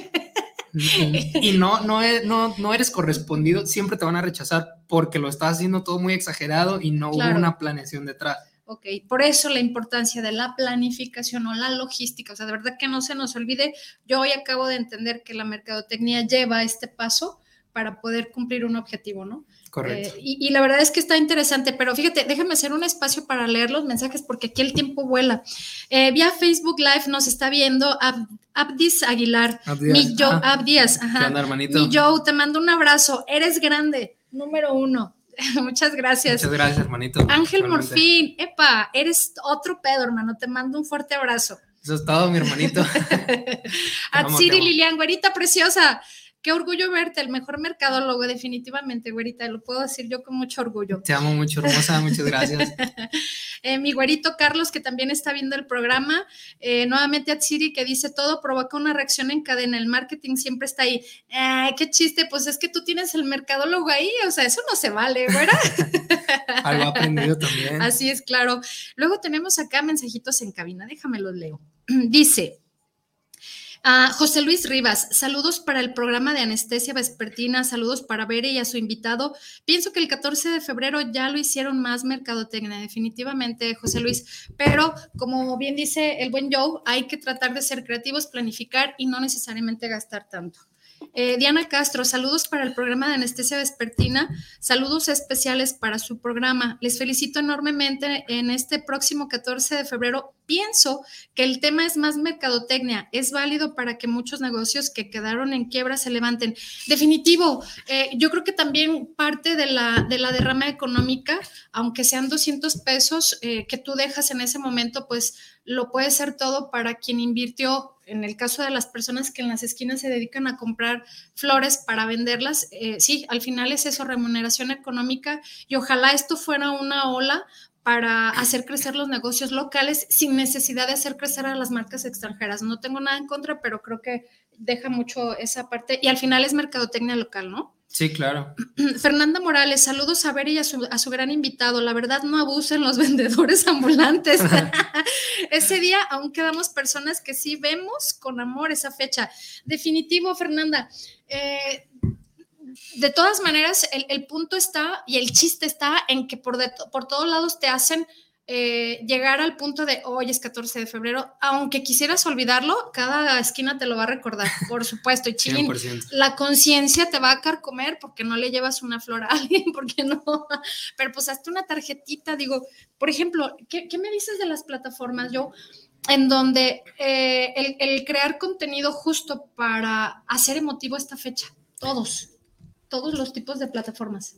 y, y no, no, es, no, no eres correspondido, siempre te van a rechazar porque lo estás haciendo todo muy exagerado y no claro. hubo una planeación detrás. Ok, por eso la importancia de la planificación o la logística, o sea, de verdad que no se nos olvide, yo hoy acabo de entender que la mercadotecnia lleva este paso para poder cumplir un objetivo, ¿no? Correcto. Eh, y, y la verdad es que está interesante, pero fíjate, déjame hacer un espacio para leer los mensajes porque aquí el tiempo vuela. Eh, vía Facebook Live nos está viendo Ab, Abdis Aguilar. Abdías. Mi Joe, Abdías, ajá. ¿Qué onda, hermanito? Mi Joe, te mando un abrazo, eres grande, número uno. Muchas gracias. Muchas gracias, hermanito. Ángel Realmente. Morfín, epa, eres otro pedo, hermano. Te mando un fuerte abrazo. Eso es todo, mi hermanito. Atsiri Lilian, güerita preciosa. Qué orgullo verte, el mejor mercadólogo, definitivamente, güerita, lo puedo decir yo con mucho orgullo. Te amo mucho, hermosa, muchas gracias. eh, mi güerito Carlos, que también está viendo el programa, eh, nuevamente Atsiri, que dice, todo provoca una reacción en cadena, el marketing siempre está ahí. Ay, qué chiste, pues es que tú tienes el mercadólogo ahí, o sea, eso no se vale, güera. Algo aprendido también. Así es, claro. Luego tenemos acá mensajitos en cabina, déjame los leo. Dice... Uh, José Luis Rivas, saludos para el programa de Anestesia Vespertina, saludos para Bere y a su invitado. Pienso que el catorce de febrero ya lo hicieron más mercadotecnia, definitivamente, José Luis, pero como bien dice el buen Joe, hay que tratar de ser creativos, planificar y no necesariamente gastar tanto. Eh, Diana Castro, saludos para el programa de Anestesia Vespertina, saludos especiales para su programa. Les felicito enormemente en este próximo catorce de febrero. Pienso que el tema es más mercadotecnia, es válido para que muchos negocios que quedaron en quiebra se levanten. Definitivo, eh, yo creo que también parte de la, de la derrama económica, aunque sean doscientos pesos eh, que tú dejas en ese momento, pues lo puede ser todo para quien invirtió. En el caso de las personas que en las esquinas se dedican a comprar flores para venderlas, eh, sí, al final es eso, remuneración económica, y ojalá esto fuera una ola para hacer crecer los negocios locales sin necesidad de hacer crecer a las marcas extranjeras. No tengo nada en contra, pero creo que deja mucho esa parte, y al final es mercadotecnia local, ¿no? Sí, claro. Fernanda Morales, saludos a Bere y a su, a su gran invitado. La verdad, no abusen los vendedores ambulantes. Ese día aún quedamos personas que sí vemos con amor esa fecha. Definitivo, Fernanda. Eh, de todas maneras, el, el punto está y el chiste está en que por, de, por todos lados te hacen Eh, llegar al punto de hoy es catorce de febrero, aunque quisieras olvidarlo, cada esquina te lo va a recordar, por supuesto, y chilín, cien por ciento. La conciencia te va a carcomer porque no le llevas una flor a alguien, porque no, pero pues hazte una tarjetita, digo, por ejemplo, ¿qué, qué me dices de las plataformas, yo? En donde eh, el, el crear contenido justo para hacer emotivo esta fecha, todos, todos los tipos de plataformas.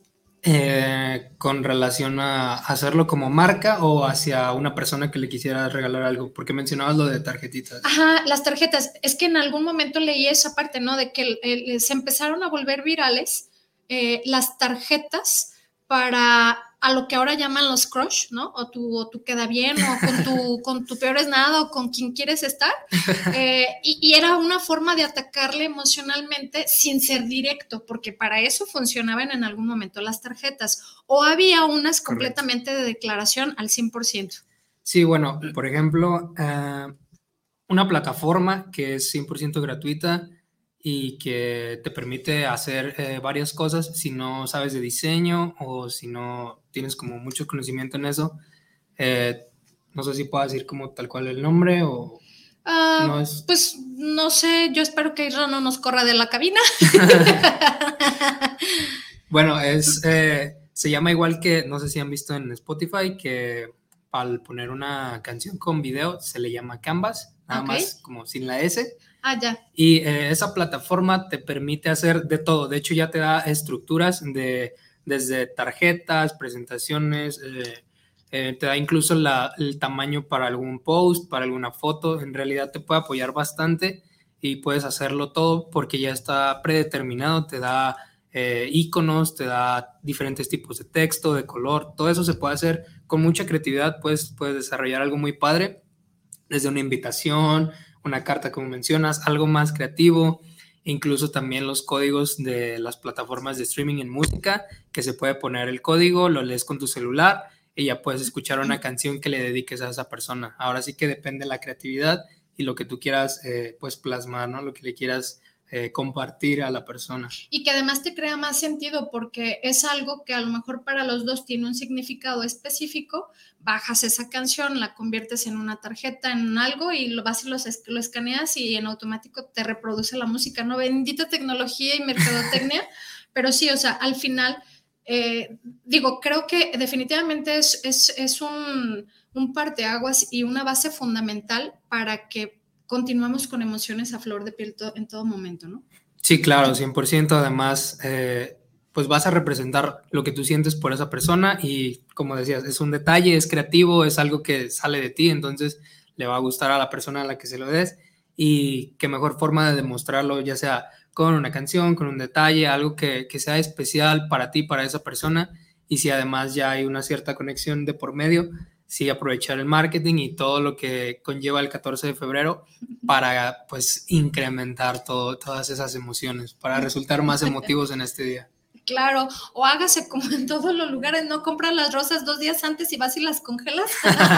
Eh, con relación a hacerlo como marca o hacia una persona que le quisiera regalar algo, porque mencionabas lo de tarjetitas. Ajá, las tarjetas, es que en algún momento leí esa parte, ¿no? De que el, el, se empezaron a volver virales eh, las tarjetas para a lo que ahora llaman los crush, ¿no? O tu, o tu queda bien, o con tu, con tu peor es nada, o con quien quieres estar. Eh, y, y era una forma de atacarle emocionalmente sin ser directo, porque para eso funcionaban en algún momento las tarjetas. O había unas completamente Correcto. De declaración al cien por ciento. Sí, bueno, por ejemplo, uh, una plataforma que es cien por ciento gratuita y que te permite hacer eh, varias cosas si no sabes de diseño o si no tienes como mucho conocimiento en eso. Eh, no sé si puedo decir como tal cual el nombre o... Uh, no es... Pues no sé, yo espero que Isra no nos corra de la cabina. Bueno, es, eh, se llama igual que, no sé si han visto en Spotify, que al poner una canción con video se le llama Canvas, nada okay. más como sin la S. Ah, ya. Y eh, esa plataforma te permite hacer de todo. De hecho, ya te da estructuras de, desde tarjetas, presentaciones, eh, eh, te da incluso la, el tamaño para algún post, para alguna foto. En realidad te puede apoyar bastante y puedes hacerlo todo porque ya está predeterminado. Te da eh, iconos, te da diferentes tipos de texto, de color. Todo eso se puede hacer con mucha creatividad. Puedes, puedes desarrollar algo muy padre, desde una invitación, una carta como mencionas, algo más creativo, incluso también los códigos de las plataformas de streaming en música, que se puede poner el código, lo lees con tu celular y ya puedes escuchar una canción que le dediques a esa persona. Ahora sí que depende de la creatividad y lo que tú quieras eh, pues plasmar, ¿no? Lo que le quieras eh, compartir a la persona. Y que además te crea más sentido porque es algo que a lo mejor para los dos tiene un significado específico. Bajas esa canción, la conviertes en una tarjeta, en algo y lo vas y lo, lo escaneas y en automático te reproduce la música, ¿no? Bendita tecnología y mercadotecnia, pero sí, o sea, al final, eh, digo, creo que definitivamente es, es, es un, un parteaguas y una base fundamental para que continuemos con emociones a flor de piel to- en todo momento, ¿no? Sí, claro, cien por ciento. Además, eh, pues vas a representar lo que tú sientes por esa persona y como decías, es un detalle, es creativo, es algo que sale de ti, entonces le va a gustar a la persona a la que se lo des y qué mejor forma de demostrarlo, ya sea con una canción, con un detalle, algo que, que sea especial para ti, para esa persona y si además ya hay una cierta conexión de por medio, sí aprovechar el marketing y todo lo que conlleva el catorce de febrero para pues incrementar todo, todas esas emociones, para resultar más emotivos en este día. Claro, o hágase como en todos los lugares, no compras las rosas dos días antes y vas y las congelas.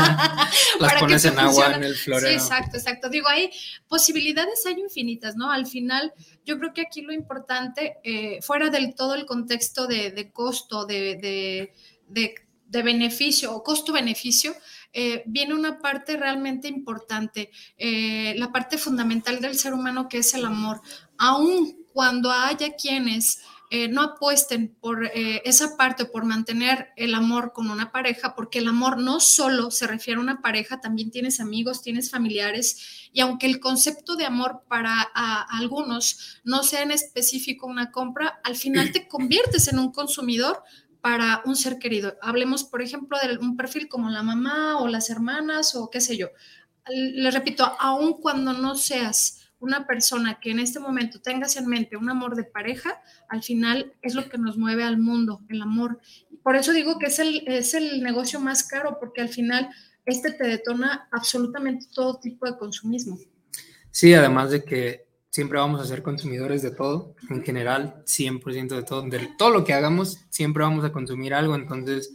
Las pones en agua en el florero. Sí, exacto, exacto. Digo, hay posibilidades, hay infinitas, ¿no? Al final, yo creo que aquí lo importante, eh, fuera del todo el contexto de, de costo, de, de, de, de beneficio o costo-beneficio, eh, viene una parte realmente importante, eh, la parte fundamental del ser humano que es el amor. Aun cuando haya quienes Eh, no apuesten por eh, esa parte, por mantener el amor con una pareja, porque el amor no solo se refiere a una pareja, también tienes amigos, tienes familiares, y aunque el concepto de amor para a, a algunos no sea en específico una compra, al final te conviertes en un consumidor para un ser querido. Hablemos, por ejemplo, de un perfil como la mamá o las hermanas o qué sé yo. Les repito, aun cuando no seas una persona que en este momento tengas en mente un amor de pareja, al final es lo que nos mueve al mundo, el amor. Por eso digo que es el, es el negocio más caro, porque al final este te detona absolutamente todo tipo de consumismo. Sí, además de que siempre vamos a ser consumidores de todo, en general, cien por ciento de todo, de todo lo que hagamos, siempre vamos a consumir algo, entonces,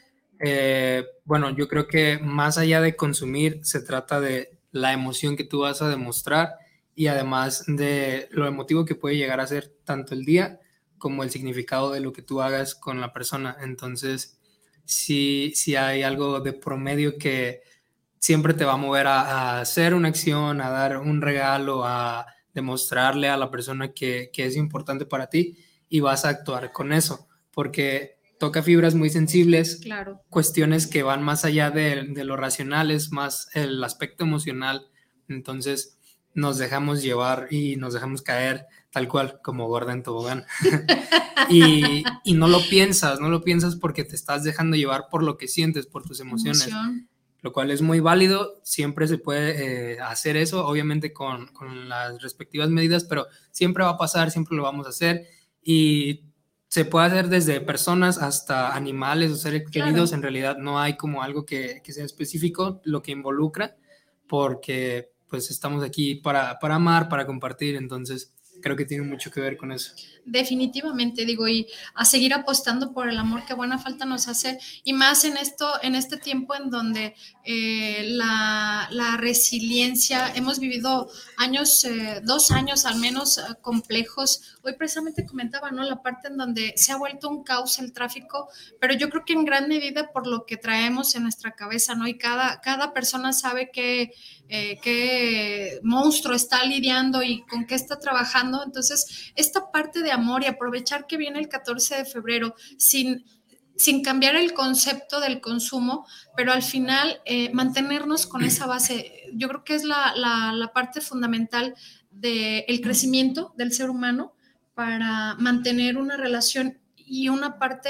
eh, bueno, yo creo que más allá de consumir, se trata de la emoción que tú vas a demostrar y además de lo emotivo que puede llegar a ser tanto el día como el significado de lo que tú hagas con la persona. Entonces, sí, sí hay algo de promedio que siempre te va a mover a, a hacer una acción, a dar un regalo, a demostrarle a la persona que, que es importante para ti y vas a actuar con eso, porque toca fibras muy sensibles, claro, cuestiones que van más allá de, de lo racional, es más el aspecto emocional. Entonces, nos dejamos llevar y nos dejamos caer tal cual, como gorda en tobogán. y, y no lo piensas, no lo piensas porque te estás dejando llevar por lo que sientes, por tus emociones. Emoción. Lo cual es muy válido, siempre se puede eh, hacer eso, obviamente con, con las respectivas medidas, pero siempre va a pasar, siempre lo vamos a hacer y se puede hacer desde personas hasta animales o seres claro. queridos, en realidad no hay como algo que, que sea específico, lo que involucra, porque pues estamos aquí para, para amar, para compartir, entonces creo que tiene mucho que ver con eso. Definitivamente, digo, y a seguir apostando por el amor que buena falta nos hace, y más en esto, en este tiempo en donde eh, la, la resiliencia, hemos vivido años, eh, dos años al menos eh, complejos. Hoy precisamente comentaba, ¿no? La parte en donde se ha vuelto un caos el tráfico, pero yo creo que en gran medida por lo que traemos en nuestra cabeza, ¿no? Y cada, cada persona sabe que Eh, qué monstruo está lidiando y con qué está trabajando. Entonces, esta parte de amor y aprovechar que viene el catorce de febrero sin, sin cambiar el concepto del consumo, pero al final eh, mantenernos con esa base, yo creo que es la, la, la parte fundamental del crecimiento del ser humano para mantener una relación y una parte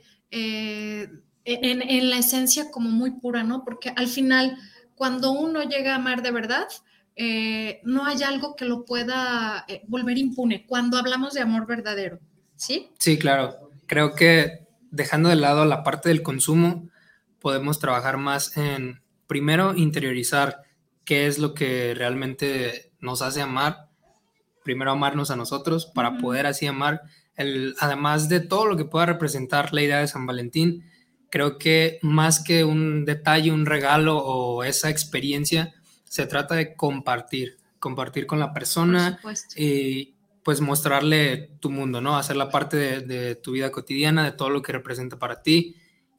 eh, en, en la esencia como muy pura, ¿no? Porque al final, cuando uno llega a amar de verdad, eh, no hay algo que lo pueda eh, volver impune cuando hablamos de amor verdadero, ¿sí? Sí, claro. Creo que dejando de lado la parte del consumo, podemos trabajar más en, primero, interiorizar qué es lo que realmente nos hace amar, primero amarnos a nosotros para uh-huh. poder así amar, el, además de todo lo que pueda representar la idea de San Valentín. Creo que más que un detalle, un regalo o esa experiencia, se trata de compartir, compartir con la persona y pues mostrarle tu mundo, ¿no? Hacerla parte de, de tu vida cotidiana, de todo lo que representa para ti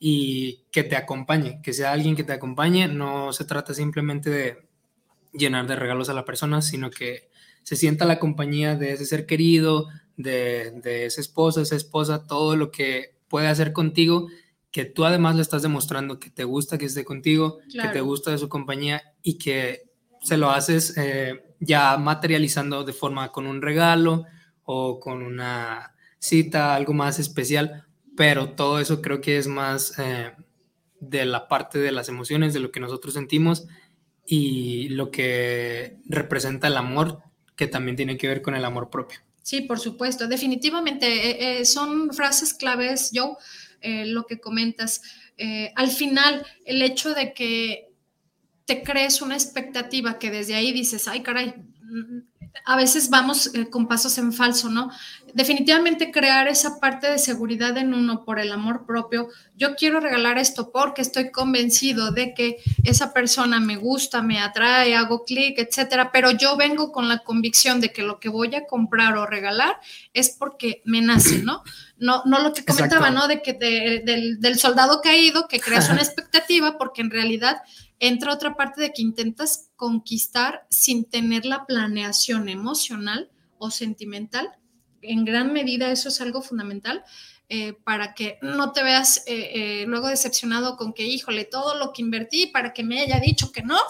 y que te acompañe, que sea alguien que te acompañe. No se trata simplemente de llenar de regalos a la persona, sino que se sienta la compañía de ese ser querido, de, de ese esposo, esa esposa, todo lo que puede hacer contigo, que tú además le estás demostrando que te gusta que esté contigo, claro. que te gusta de su compañía y que se lo haces eh, ya materializando de forma con un regalo o con una cita, algo más especial, pero todo eso creo que es más eh, de la parte de las emociones, de lo que nosotros sentimos y lo que representa el amor, que también tiene que ver con el amor propio. Sí, por supuesto, definitivamente eh, eh, son frases claves, Joe, eh, lo que comentas. Eh, al final, el hecho de que te crees una expectativa que desde ahí dices, ay, caray, a veces vamos eh, con pasos en falso, ¿no? Definitivamente crear esa parte de seguridad en uno por el amor propio. Yo quiero regalar esto porque estoy convencido de que esa persona me gusta, me atrae, hago clic, etcétera, pero yo vengo con la convicción de que lo que voy a comprar o regalar es porque me nace, ¿no? No, no lo que comentaba, Exacto. ¿no? De que de, del, del soldado caído que creas una expectativa porque en realidad entra otra parte de que intentas conquistar sin tener la planeación emocional o sentimental. En gran medida eso es algo fundamental eh, para que no te veas eh, eh, luego decepcionado con que, híjole, todo lo que invertí para que me haya dicho que no.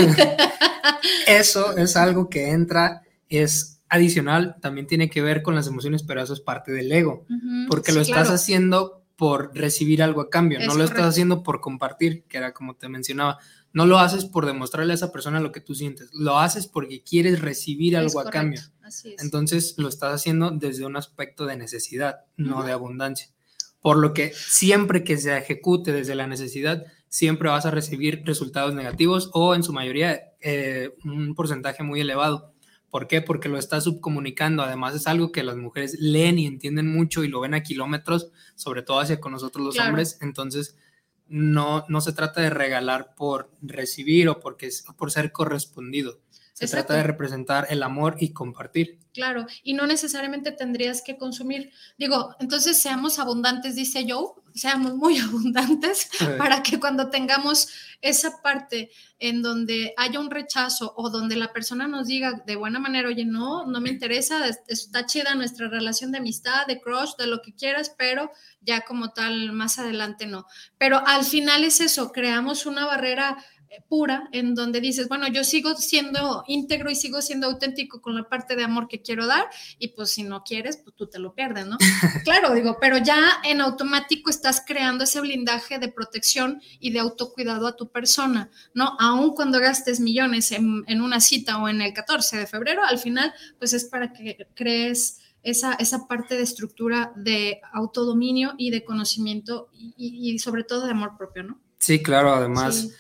Eso es algo que entra, es adicional, también tiene que ver con las emociones, pero eso es parte del ego, uh-huh, porque sí, lo estás claro. haciendo por recibir algo a cambio, es no lo correcto. Estás haciendo por compartir, que era como te mencionaba, no lo haces por demostrarle a esa persona lo que tú sientes, lo haces porque quieres recibir algo es a correcto. Cambio. Así es. Entonces lo estás haciendo desde un aspecto de necesidad, no uh-huh. de abundancia. Por lo que siempre que se ejecute desde la necesidad, siempre vas a recibir resultados negativos o en su mayoría eh, un porcentaje muy elevado. ¿Por qué? Porque lo estás subcomunicando. Además es algo que las mujeres leen y entienden mucho y lo ven a kilómetros, sobre todo hacia con nosotros los claro. hombres. Entonces no, no se trata de regalar por recibir o, porque, o por ser correspondido. Se Exacto. trata de representar el amor y compartir. Claro, y no necesariamente tendrías que consumir. Digo, entonces seamos abundantes, dice Joe, seamos muy abundantes para que cuando tengamos esa parte en donde haya un rechazo o donde la persona nos diga de buena manera, oye, no, no me interesa, está chida nuestra relación de amistad, de crush, de lo que quieras, pero ya como tal, más adelante no. Pero al final es eso, creamos una barrera pura en donde dices, bueno, yo sigo siendo íntegro y sigo siendo auténtico con la parte de amor que quiero dar y pues si no quieres, pues tú te lo pierdes, ¿no? Claro, digo, pero ya en automático estás creando ese blindaje de protección y de autocuidado a tu persona, ¿no? Aun cuando gastes millones en, en una cita o en el catorce de febrero, al final, pues es para que crees esa, esa parte de estructura de autodominio y de conocimiento y, y, y sobre todo de amor propio, ¿no? Sí, claro, además... Sí.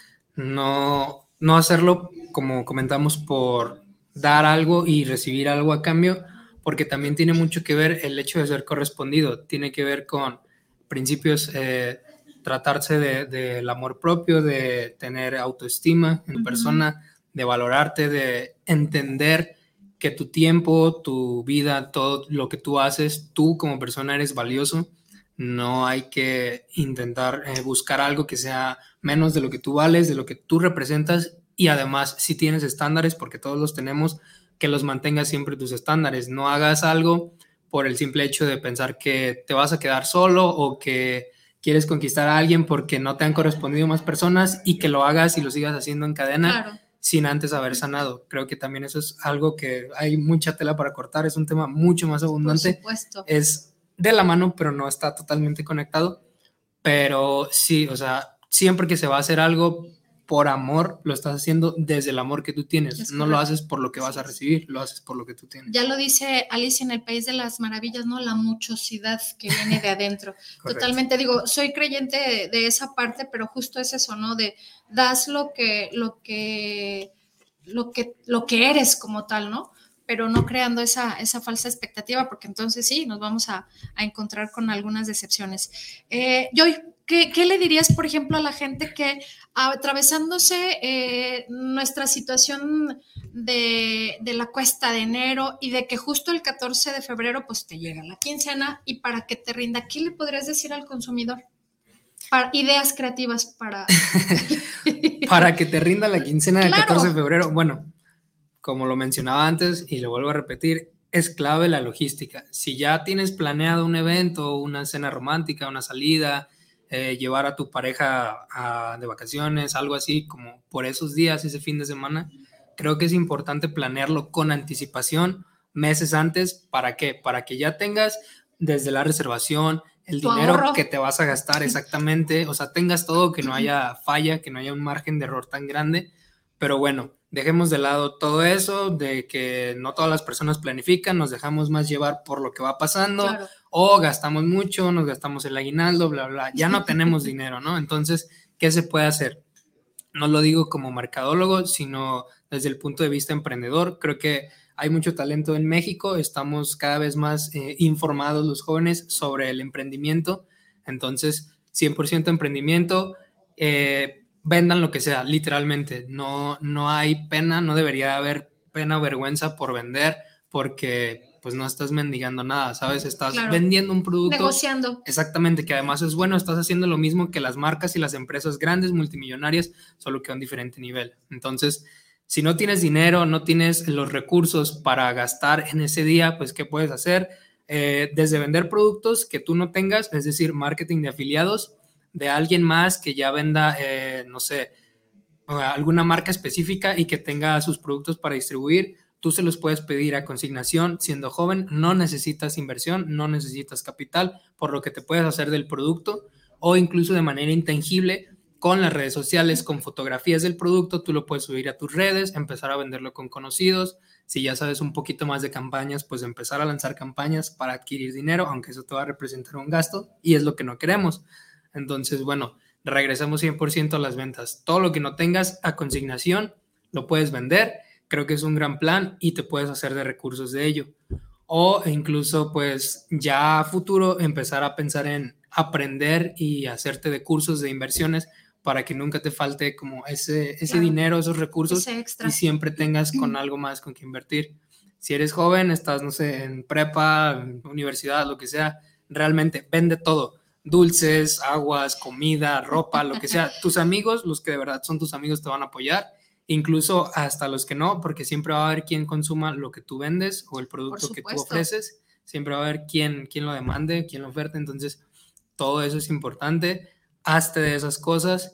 No, no hacerlo, como comentamos, por dar algo y recibir algo a cambio, porque también tiene mucho que ver el hecho de ser correspondido, tiene que ver con principios, eh, tratarse del de, de amor propio, de tener autoestima en uh-huh. persona, de valorarte, de entender que tu tiempo, tu vida, todo lo que tú haces, tú como persona eres valioso. No hay que intentar eh, buscar algo que sea menos de lo que tú vales, de lo que tú representas y además si tienes estándares, porque todos los tenemos, que los mantengas siempre tus estándares. No hagas algo por el simple hecho de pensar que te vas a quedar solo o que quieres conquistar a alguien porque no te han correspondido más personas y que lo hagas y lo sigas haciendo en cadena claro. sin antes haber sanado. Creo que también eso es algo que hay mucha tela para cortar, es un tema mucho más abundante. Por supuesto. Es de la mano, pero no está totalmente conectado, pero sí, o sea, siempre que se va a hacer algo por amor, lo estás haciendo desde el amor que tú tienes, no lo haces por lo que vas a recibir, lo haces por lo que tú tienes. Ya lo dice Alicia en el País de las Maravillas, ¿no? La muchosidad que viene de adentro. Totalmente, digo, soy creyente de, de esa parte, pero justo es eso, ¿no? De das lo que, lo que, lo que, lo que eres como tal, ¿no? Pero no creando esa, esa falsa expectativa, porque entonces sí, nos vamos a, a encontrar con algunas decepciones. Eh, Joy, ¿qué, ¿qué le dirías, por ejemplo, a la gente que atravesándose eh, nuestra situación de, de la cuesta de enero y de que justo el catorce de febrero pues te llega la quincena y para que te rinda, ¿qué le podrías decir al consumidor? Para, ideas creativas para... para que te rinda la quincena del claro. catorce de febrero, bueno... Como lo mencionaba antes y lo vuelvo a repetir, es clave la logística. Si ya tienes planeado un evento, una cena romántica, una salida, eh, llevar a tu pareja a, de vacaciones, algo así como por esos días, ese fin de semana, creo que es importante planearlo con anticipación, meses antes. ¿Para qué? Para que ya tengas desde la reservación, el Tu dinero ahorro. que te vas a gastar exactamente, o sea, tengas todo, que no haya falla, que no haya un margen de error tan grande. Pero bueno, dejemos de lado todo eso, de que no todas las personas planifican, nos dejamos más llevar por lo que va pasando, Claro. o gastamos mucho, nos gastamos el aguinaldo, bla, bla, ya no tenemos dinero, ¿no? Entonces, ¿qué se puede hacer? No lo digo como mercadólogo, sino desde el punto de vista emprendedor. Creo que hay mucho talento en México, estamos cada vez más eh, informados los jóvenes sobre el emprendimiento, entonces cien por ciento emprendimiento, eh, vendan lo que sea, literalmente, no, no hay pena, no debería haber pena o vergüenza por vender, porque pues no estás mendigando nada, ¿sabes? Estás Claro. vendiendo un producto. Negociando. Exactamente, que además es bueno, estás haciendo lo mismo que las marcas y las empresas grandes, multimillonarias, solo que a un diferente nivel. Entonces, si no tienes dinero, no tienes los recursos para gastar en ese día, pues ¿qué puedes hacer? Eh, desde vender productos que tú no tengas, es decir, marketing de afiliados, de alguien más que ya venda, eh, no sé, alguna marca específica y que tenga sus productos para distribuir, tú se los puedes pedir a consignación. Siendo joven, no necesitas inversión, no necesitas capital, por lo que te puedes hacer del producto, o incluso de manera intangible con las redes sociales, con fotografías del producto, tú lo puedes subir a tus redes, empezar a venderlo con conocidos. Si ya sabes un poquito más de campañas, pues empezar a lanzar campañas para adquirir dinero, aunque eso te va a representar un gasto y es lo que no queremos. Entonces, bueno, regresamos cien por ciento a las ventas. Todo lo que no tengas a consignación lo puedes vender. Creo que es un gran plan y te puedes hacer de recursos de ello. O incluso, pues, ya a futuro empezar a pensar en aprender y hacerte de cursos de inversiones para que nunca te falte como ese, ese Claro. dinero, esos recursos, Ese extra. y siempre tengas con algo más con que invertir. Si eres joven, estás, no sé, en prepa, en universidad, lo que sea, realmente vende todo. Dulces, aguas, comida, ropa, lo que sea. Tus amigos, los que de verdad son tus amigos, te van a apoyar, incluso hasta los que no, porque siempre va a haber quien consuma lo que tú vendes o el producto que tú ofreces. Siempre va a haber quien, quien lo demande, quien lo oferte. Entonces, todo eso es importante. Hazte de esas cosas,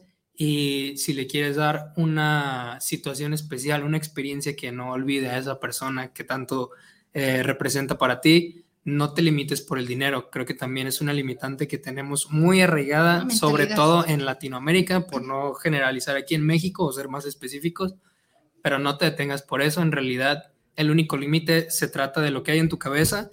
y si le quieres dar una situación especial, una experiencia que no olvide a esa persona que tanto eh, representa para ti, no te limites por el dinero. Creo que también es una limitante que tenemos muy arraigada, sobre todo en Latinoamérica, por no generalizar aquí en México o ser más específicos, pero no te detengas por eso. En realidad, el único límite se trata de lo que hay en tu cabeza,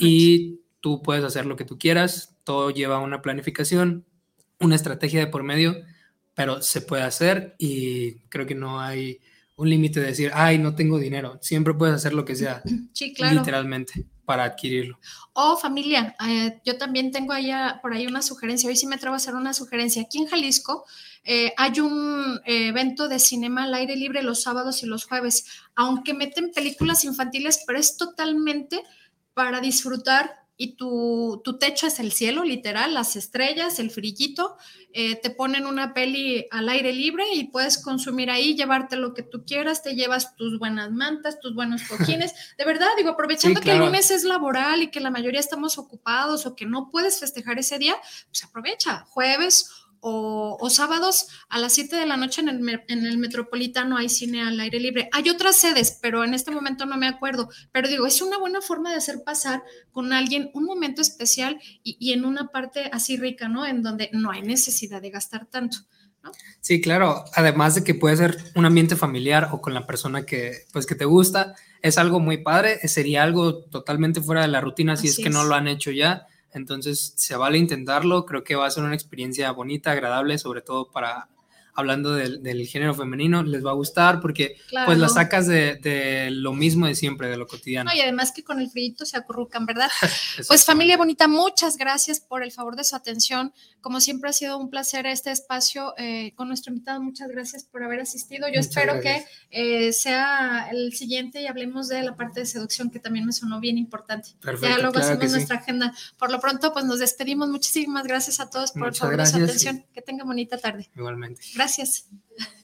y tú puedes hacer lo que tú quieras. Todo lleva una planificación, una estrategia de por medio, pero se puede hacer, y creo que no hay un límite de decir, ay, no tengo dinero. Siempre puedes hacer lo que sea, sí, claro, literalmente, para adquirirlo. Oh, familia, eh, yo también tengo allá por ahí una sugerencia. Hoy sí me atrevo a hacer una sugerencia. Aquí en Jalisco eh, hay un eh, evento de cinema al aire libre los sábados y los jueves, aunque meten películas infantiles, pero es totalmente para disfrutar. Y tu, tu techo es el cielo, literal, las estrellas, el frillito, eh, te ponen una peli al aire libre y puedes consumir ahí, llevarte lo que tú quieras, te llevas tus buenas mantas, tus buenos cojines, de verdad, digo, aprovechando sí, claro. que el lunes es laboral y que la mayoría estamos ocupados o que no puedes festejar ese día, pues aprovecha, jueves O, o sábados a las siete de la noche en el, en el Metropolitano hay cine al aire libre. Hay otras sedes, pero en este momento no me acuerdo. Pero digo, es una buena forma de hacer pasar con alguien un momento especial y, y en una parte así rica, ¿no? En donde no hay necesidad de gastar tanto, ¿no? Sí, claro. Además de que puede ser un ambiente familiar o con la persona que, pues, que te gusta, es algo muy padre. Sería algo totalmente fuera de la rutina si es que es. no lo han hecho ya. Entonces se vale intentarlo. Creo que va a ser una experiencia bonita, agradable, sobre todo para, hablando del, del género femenino, les va a gustar porque claro. pues la sacas de, de lo mismo de siempre, de lo cotidiano. No, y además que con el frillito se acurrucan, ¿verdad? Pues familia bonita, muchas gracias por el favor de su atención. Como siempre ha sido un placer este espacio eh, con nuestro invitado. Muchas gracias por haber asistido. Yo muchas espero gracias. que eh, sea el siguiente y hablemos de la parte de seducción, que también me sonó bien importante. Perfecto, ya luego claro hacemos sí. nuestra agenda. Por lo pronto, pues nos despedimos. Muchísimas gracias a todos por muchas el favor gracias. de su atención. Que tengan bonita tarde. Igualmente. Gracias.